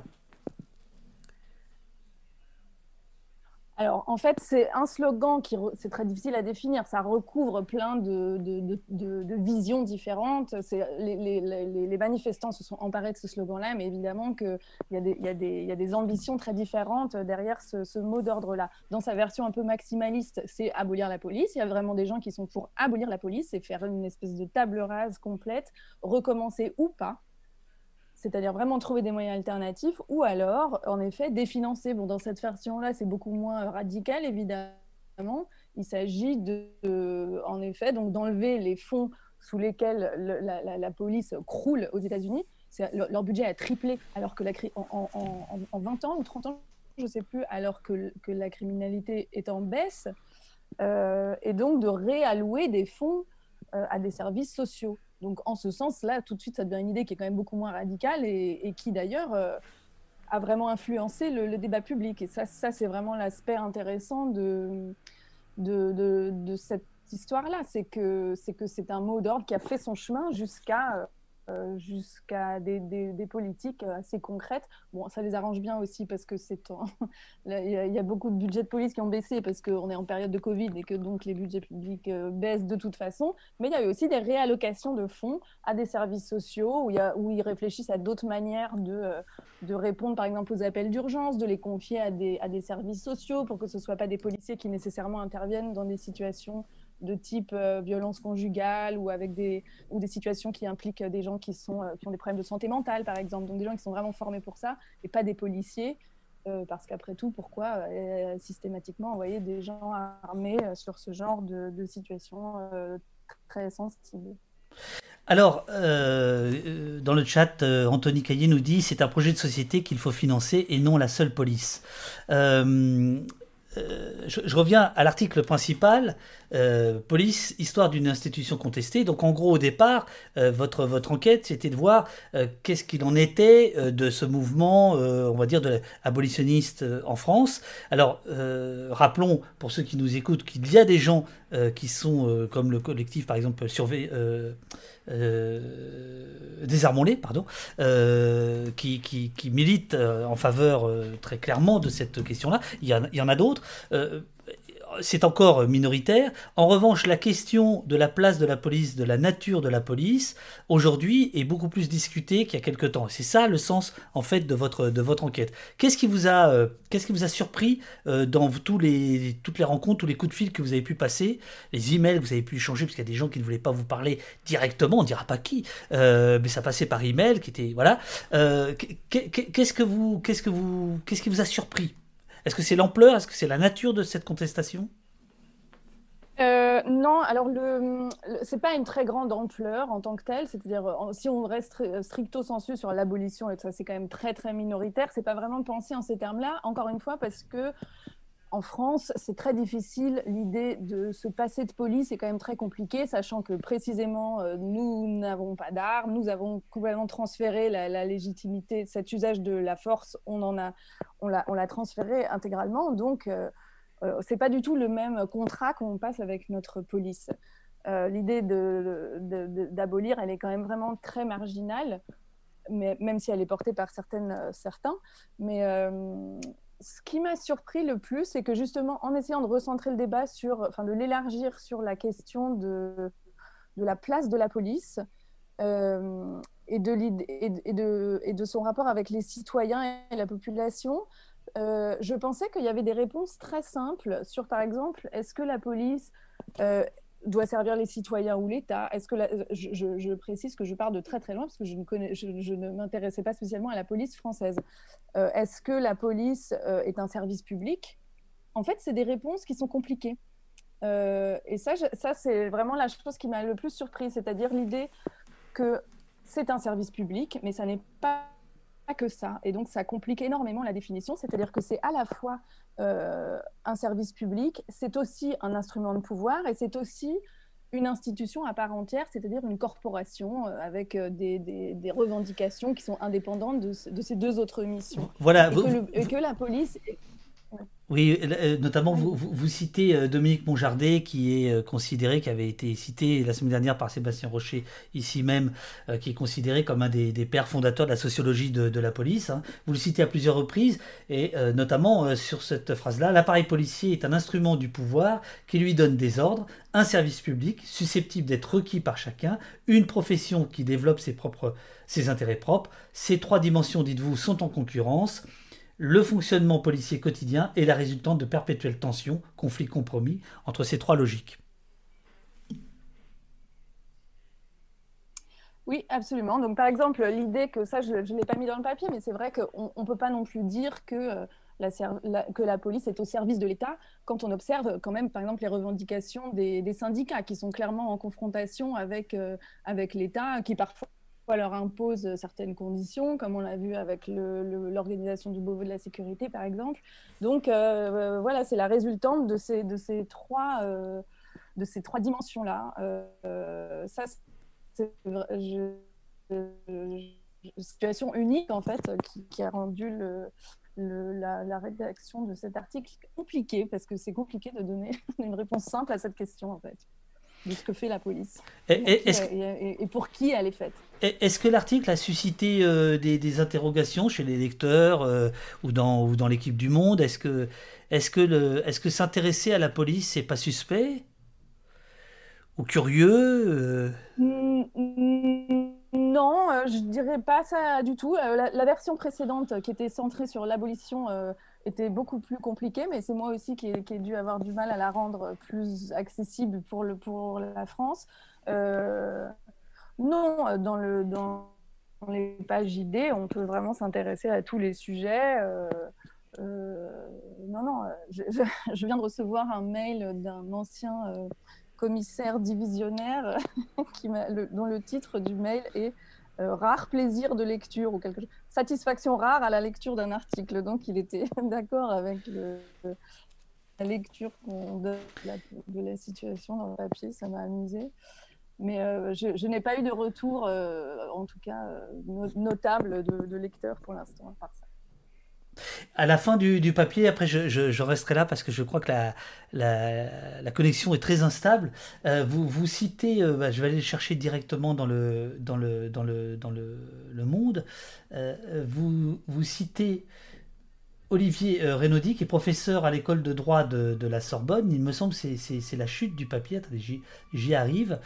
Alors, en fait, c'est un slogan c'est très difficile à définir. Ça recouvre plein de visions différentes. Les manifestants se sont emparés de ce slogan-là, mais évidemment qu'il y a des ambitions très différentes derrière ce mot d'ordre-là. Dans sa version un peu maximaliste, c'est abolir la police. Il y a vraiment des gens qui sont pour abolir la police et faire une espèce de table rase complète, recommencer ou pas. C'est-à-dire vraiment trouver des moyens alternatifs, ou alors, en effet, définancer. Bon, dans cette version-là, c'est beaucoup moins radical, évidemment. Il s'agit en effet, donc d'enlever les fonds sous lesquels la police croule aux États-Unis. Leur budget a triplé, alors que en 20 ans ou 30 ans, je ne sais plus, alors que la criminalité est en baisse, et donc de réallouer des fonds à des services sociaux. Donc, en ce sens-là, tout de suite, ça devient une idée qui est quand même beaucoup moins radicale et qui, d'ailleurs, a vraiment influencé le débat public. Et ça c'est vraiment l'aspect intéressant de cette histoire-là. C'est que c'est un mot d'ordre qui a fait son chemin jusqu'à des politiques assez concrètes. Bon, ça les arrange bien aussi parce que il y a beaucoup de budgets de police qui ont baissé parce qu'on est en période de Covid et que donc les budgets publics baissent de toute façon. Mais il y a eu aussi des réallocations de fonds à des services sociaux où ils réfléchissent à d'autres manières de répondre par exemple aux appels d'urgence, de les confier à des services sociaux pour que ce ne soient pas des policiers qui nécessairement interviennent dans des situations de type violence conjugale ou des situations qui impliquent des gens qui ont des problèmes de santé mentale, par exemple. Donc des gens qui sont vraiment formés pour ça et pas des policiers. Parce qu'après tout, pourquoi systématiquement envoyer des gens armés sur ce genre de situation très sensible? Alors, dans le chat, Anthony Caillé nous dit « C'est un projet de société qu'il faut financer et non la seule police ». Je reviens à l'article principal, police, histoire d'une institution contestée. Donc en gros au départ, votre enquête c'était de voir qu'est-ce qu'il en était de ce mouvement, on va dire, abolitionniste en France. Alors rappelons pour ceux qui nous écoutent qu'il y a des gens qui sont comme le collectif par exemple Désarmons-les, pardon, qui militent en faveur très clairement de cette question-là. Il y en a d'autres. C'est encore minoritaire. En revanche, la question de la place de la police, de la nature de la police, aujourd'hui, est beaucoup plus discutée qu'il y a quelque temps. C'est ça le sens, en fait, de votre enquête. Qu'est-ce qui vous a surpris dans toutes les rencontres, tous les coups de fil que vous avez pu passer, les emails que vous avez pu échanger, parce qu'il y a des gens qui ne voulaient pas vous parler directement, on ne dira pas qui, mais ça passait par email, qui était voilà. Qu'est-ce qui vous a surpris? Est-ce que c'est l'ampleur? Est-ce que c'est la nature de cette contestation? Non, alors c'est pas une très grande ampleur en tant que telle. C'est-à-dire, si on reste stricto sensu sur l'abolition, et ça c'est quand même très très minoritaire, c'est pas vraiment pensé en ces termes-là. Encore une fois, parce que en France, c'est très difficile. L'idée de se passer de police est quand même très compliquée, sachant que précisément, nous n'avons pas d'armes, nous avons complètement transféré la légitimité, cet usage de la force, on l'a transféré intégralement. Donc, c'est pas du tout le même contrat qu'on passe avec notre police. L'idée d'abolir, elle est quand même vraiment très marginale, même si elle est portée par certains. Mais ce qui m'a surpris le plus, c'est que justement, en essayant de recentrer le débat de l'élargir sur la question de la place de la police et de son rapport avec les citoyens et la population, je pensais qu'il y avait des réponses très simples sur, par exemple, est-ce que la police doit servir les citoyens ou l'État? Est-ce que je précise que je pars de très très loin parce que je ne m'intéressais pas spécialement à la police française. Est-ce que la police est un service public? En fait, c'est des réponses qui sont compliquées. Et ça c'est vraiment la chose qui m'a le plus surpris, c'est-à-dire l'idée que c'est un service public, mais ça n'est pas que ça. Et donc, ça complique énormément la définition, c'est-à-dire que c'est à la fois un service public, c'est aussi un instrument de pouvoir et c'est aussi une institution à part entière, c'est-à-dire une corporation avec des revendications qui sont indépendantes de ces deux autres missions. Voilà. Et que la police... Oui, notamment vous citez Dominique Monjardet qui est considéré, qui avait été cité la semaine dernière par Sébastien Rocher ici même, qui est considéré comme un des pères fondateurs de la sociologie de la police. Hein. Vous le citez à plusieurs reprises et notamment sur cette phrase-là, l'appareil policier est un instrument du pouvoir qui lui donne des ordres, un service public susceptible d'être requis par chacun, une profession qui développe ses intérêts propres. Ces trois dimensions, dites-vous, sont en concurrence. Le fonctionnement policier quotidien est la résultante de perpétuelles tensions, conflits, compromis entre ces trois logiques. Oui, absolument. Donc, par exemple, l'idée que ça, je ne l'ai pas mis dans le papier, mais c'est vrai qu'on ne peut pas non plus dire que la police est au service de l'État quand on observe quand même, par exemple, les revendications des syndicats qui sont clairement en confrontation avec l'État, qui parfois leur impose certaines conditions, comme on l'a vu avec l'organisation du Beauvau de la sécurité, par exemple. Donc, voilà, c'est la résultante de ces trois dimensions-là. Ça, c'est une situation unique, en fait, qui a rendu la rédaction de cet article compliquée, parce que c'est compliqué de donner une réponse simple à cette question, en fait, de ce que fait la police et pour qui elle est faite. Est-ce que l'article a suscité des interrogations chez les lecteurs ou dans l'équipe du Monde? Est-ce que s'intéresser à la police, c'est pas suspect ou curieux Non, je dirais pas ça du tout. La version précédente, qui était centrée sur l'abolition, était beaucoup plus compliquée, mais c'est moi aussi qui ai dû avoir du mal à la rendre plus accessible pour la France. Non, dans les pages JD, on peut vraiment s'intéresser à tous les sujets. Non, je viens de recevoir un mail d'un ancien commissaire divisionnaire dont le titre du mail est rare plaisir de lecture ou quelque chose. Satisfaction rare à la lecture d'un article. Donc, il était d'accord avec la lecture de la situation dans le papier. Ça m'a amusé. Mais je n'ai pas eu de retour, en tout cas, notable de lecteurs pour l'instant, à part ça. À la fin du papier, après je resterai là parce que je crois que la connexion est très instable. Vous citez, je vais aller le chercher directement dans le Monde. Vous citez Olivier Renaudie, qui est professeur à l'école de droit de la Sorbonne. Il me semble que c'est la chute du papier. Attendez, j'y arrive.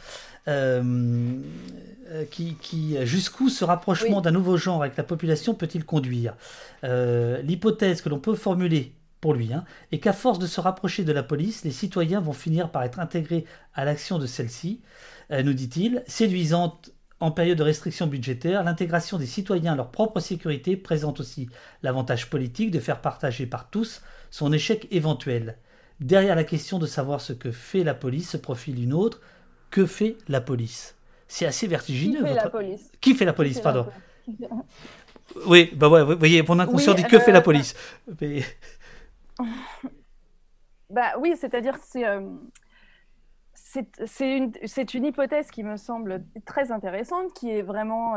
Jusqu'où ce rapprochement d'un nouveau genre avec la population peut-il conduire? L'hypothèse que l'on peut formuler pour lui est qu'à force de se rapprocher de la police, les citoyens vont finir par être intégrés à l'action de celle-ci, nous dit-il, séduisante en période de restriction budgétaire. L'intégration des citoyens à leur propre sécurité présente aussi l'avantage politique de faire partager par tous son échec éventuel. Derrière la question de savoir ce que fait la police se profile une autre. Que fait la police? C'est assez vertigineux. Qui fait la police, pardon. Oui, bah ouais, vous voyez, mon inconscient dit que fait la police. Mais... Bah oui, c'est-à-dire c'est une hypothèse qui me semble très intéressante, qui est vraiment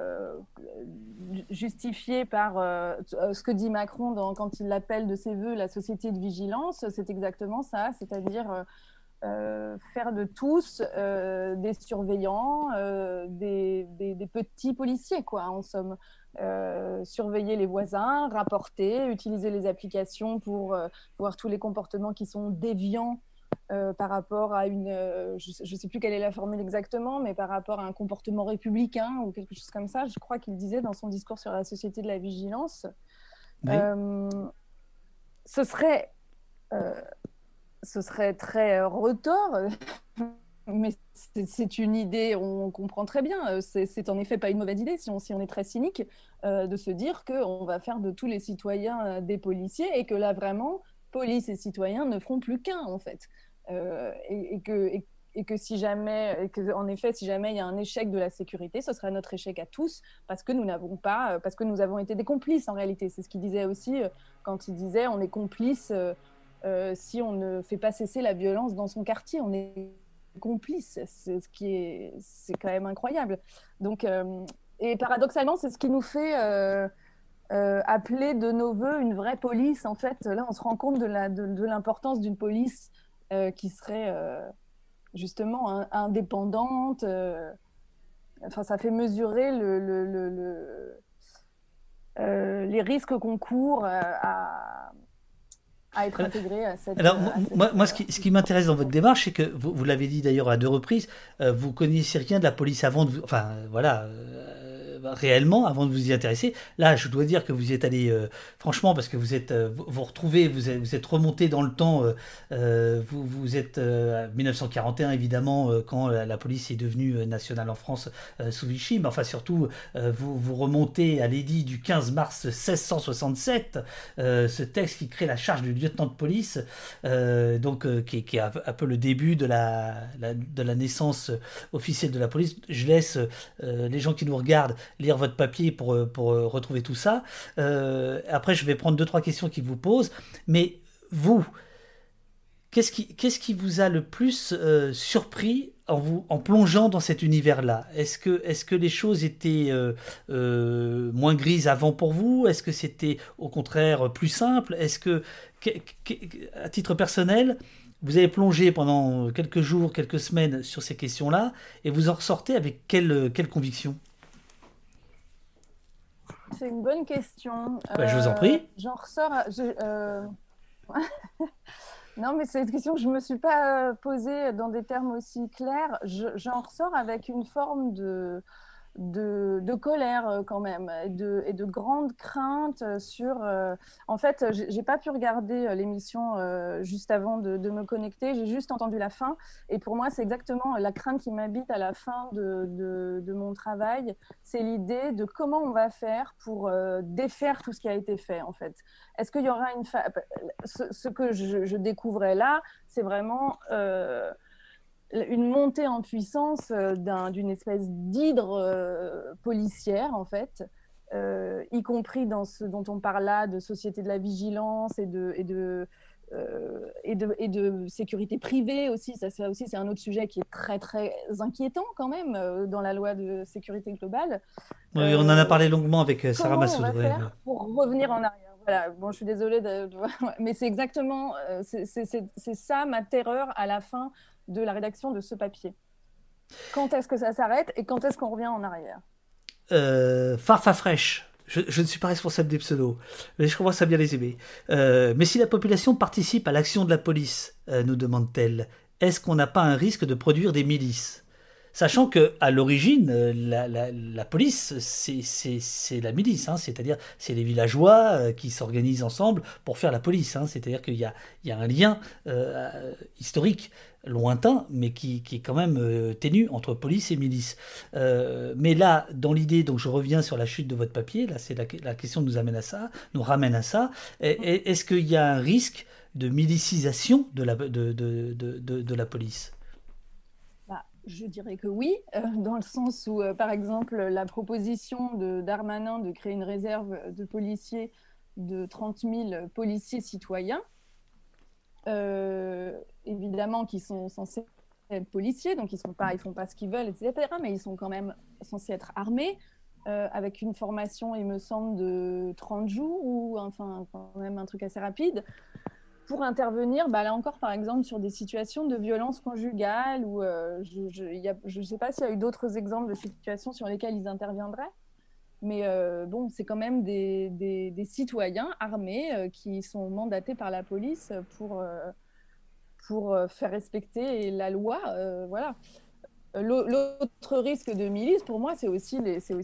justifiée par ce que dit Macron quand il l'appelle de ses voeux la société de vigilance. C'est exactement ça, c'est-à-dire faire de tous des surveillants, des petits policiers, quoi, en somme. Surveiller les voisins, rapporter, utiliser les applications pour voir tous les comportements qui sont déviants par rapport à je ne sais plus quelle est la formule exactement, mais par rapport à un comportement républicain ou quelque chose comme ça, je crois qu'il disait dans son discours sur la société de la vigilance. Oui. Ce serait très retors, mais c'est une idée, on comprend très bien. C'est en effet pas une mauvaise idée si on est très cynique de se dire qu'on va faire de tous les citoyens des policiers et que là vraiment, police et citoyens ne feront plus qu'un en fait. Et que si jamais, en effet, si jamais il y a un échec de la sécurité, ce sera notre échec à tous parce que nous avons été des complices en réalité. C'est ce qu'il disait aussi quand il disait on est complice si on ne fait pas cesser la violence dans son quartier. On est complices. C'est quand même incroyable. Donc, et paradoxalement, c'est ce qui nous fait appeler de nos voeux une vraie police. En fait, là, on se rend compte de l'importance d'une police qui serait justement indépendante. Enfin, ça fait mesurer les risques qu'on court à être intégré à cette... Alors, moi ce qui m'intéresse dans votre démarche, c'est que vous l'avez dit d'ailleurs à 2 reprises, vous connaissiez rien de la police avant de vous... Enfin, voilà, réellement, avant de vous y intéresser. Là, je dois dire que vous y êtes allé, franchement, parce que vous êtes... vous retrouvez, vous êtes remonté dans le temps, vous êtes à 1941, évidemment, quand la police est devenue nationale en France sous Vichy, mais enfin, surtout, vous remontez à l'édit du 15 mars 1667, ce texte qui crée la charge du lieutenant de police, qui est un peu le début de la naissance officielle de la police. Je laisse les gens qui nous regardent lire votre papier pour retrouver tout ça. Après, je vais prendre 2-3 questions qu'ils vous posent. Mais vous, qu'est-ce qui vous a le plus surpris en plongeant dans cet univers-là? Est-ce que les choses étaient moins grises avant pour vous? Est-ce que c'était au contraire plus simple? Est-ce que, à titre personnel, vous avez plongé pendant quelques jours, quelques semaines sur ces questions-là, et vous en ressortez avec quelle conviction? C'est une bonne question. Je vous en prie. J'en ressors... Non, mais c'est une question que je ne me suis pas posée dans des termes aussi clairs. J'en ressors avec une forme de colère quand même et de grande crainte sur... En fait, je n'ai pas pu regarder l'émission juste avant de me connecter. J'ai juste entendu la fin. Et pour moi, c'est exactement la crainte qui m'habite à la fin de mon travail. C'est l'idée de comment on va faire pour défaire tout ce qui a été fait, en fait. Est-ce qu'il y aura ce que je découvrais là, c'est vraiment... une montée en puissance d'une espèce d'hydre policière, en fait, y compris dans ce dont on parle là, de société de la vigilance et de sécurité privée aussi. Ça aussi, c'est un autre sujet qui est très, très inquiétant quand même dans la loi de sécurité globale. Oui, on en a parlé longuement avec Sarah Massoud. Comment on va faire pour revenir en arrière? Voilà, bon, je suis désolée, mais c'est exactement, c'est ça ma terreur à la fin de la rédaction de ce papier. Quand est-ce que ça s'arrête et quand est-ce qu'on revient en arrière? Farfa fraîche. Je ne suis pas responsable des pseudos, mais je commence à bien les aimer. Mais si la population participe à l'action de la police, nous demande-t-elle, est-ce qu'on n'a pas un risque de produire des milices? Sachant qu'à l'origine, la police, c'est la milice, hein, c'est-à-dire c'est les villageois qui s'organisent ensemble pour faire la police. Hein, c'est-à-dire qu'il y a un lien historique lointain, mais qui est quand même ténu entre police et milice. Mais là, dans l'idée, donc je reviens sur la chute de votre papier, là c'est la question nous ramène à ça. Est-ce qu'il y a un risque de milicisation de la police? Je dirais que oui, dans le sens où, par exemple, la proposition de Darmanin de créer une réserve de policiers de 30 000 policiers citoyens, évidemment, qui sont censés être policiers, donc ils font pas ce qu'ils veulent, etc., mais ils sont quand même censés être armés, avec une formation, il me semble, de 30 jours, ou enfin, quand même un truc assez rapide, pour intervenir, là encore, par exemple, sur des situations de violence conjugale, ou je ne sais pas s'il y a eu d'autres exemples de situations sur lesquelles ils interviendraient, mais bon, c'est quand même des citoyens armés qui sont mandatés par la police pour faire respecter la loi, voilà. L'autre risque de milice, pour moi, c'est aussi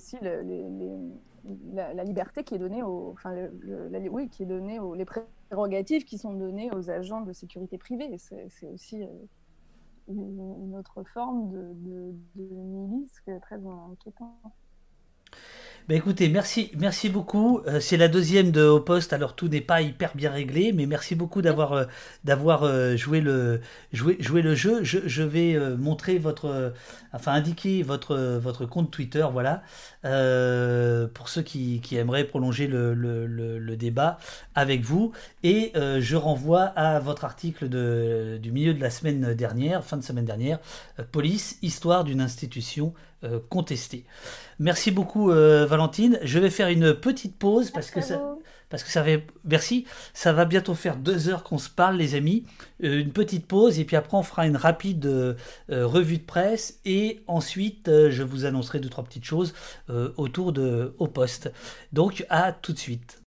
la liberté qui est donnée qui est donnée les prérogatives qui sont données aux agents de sécurité privée. C'est aussi une autre forme de milice qui est très inquiétante. Bah écoutez, merci beaucoup. C'est la deuxième de Au Poste, alors tout n'est pas hyper bien réglé, mais merci beaucoup d'avoir joué le jeu. Je vais montrer enfin indiquer votre compte Twitter, voilà, pour ceux qui aimeraient prolonger le débat avec vous. Et je renvoie à votre article du milieu de la semaine dernière, fin de semaine dernière, Police, histoire d'une institution contestée. Merci beaucoup Valentine. Je vais faire une petite pause parce que ça va, merci, ça va bientôt faire 2 heures qu'on se parle les amis. Une petite pause et puis après on fera une rapide revue de presse et ensuite je vous annoncerai 2-3 petites choses autour de Au Poste. Donc à tout de suite.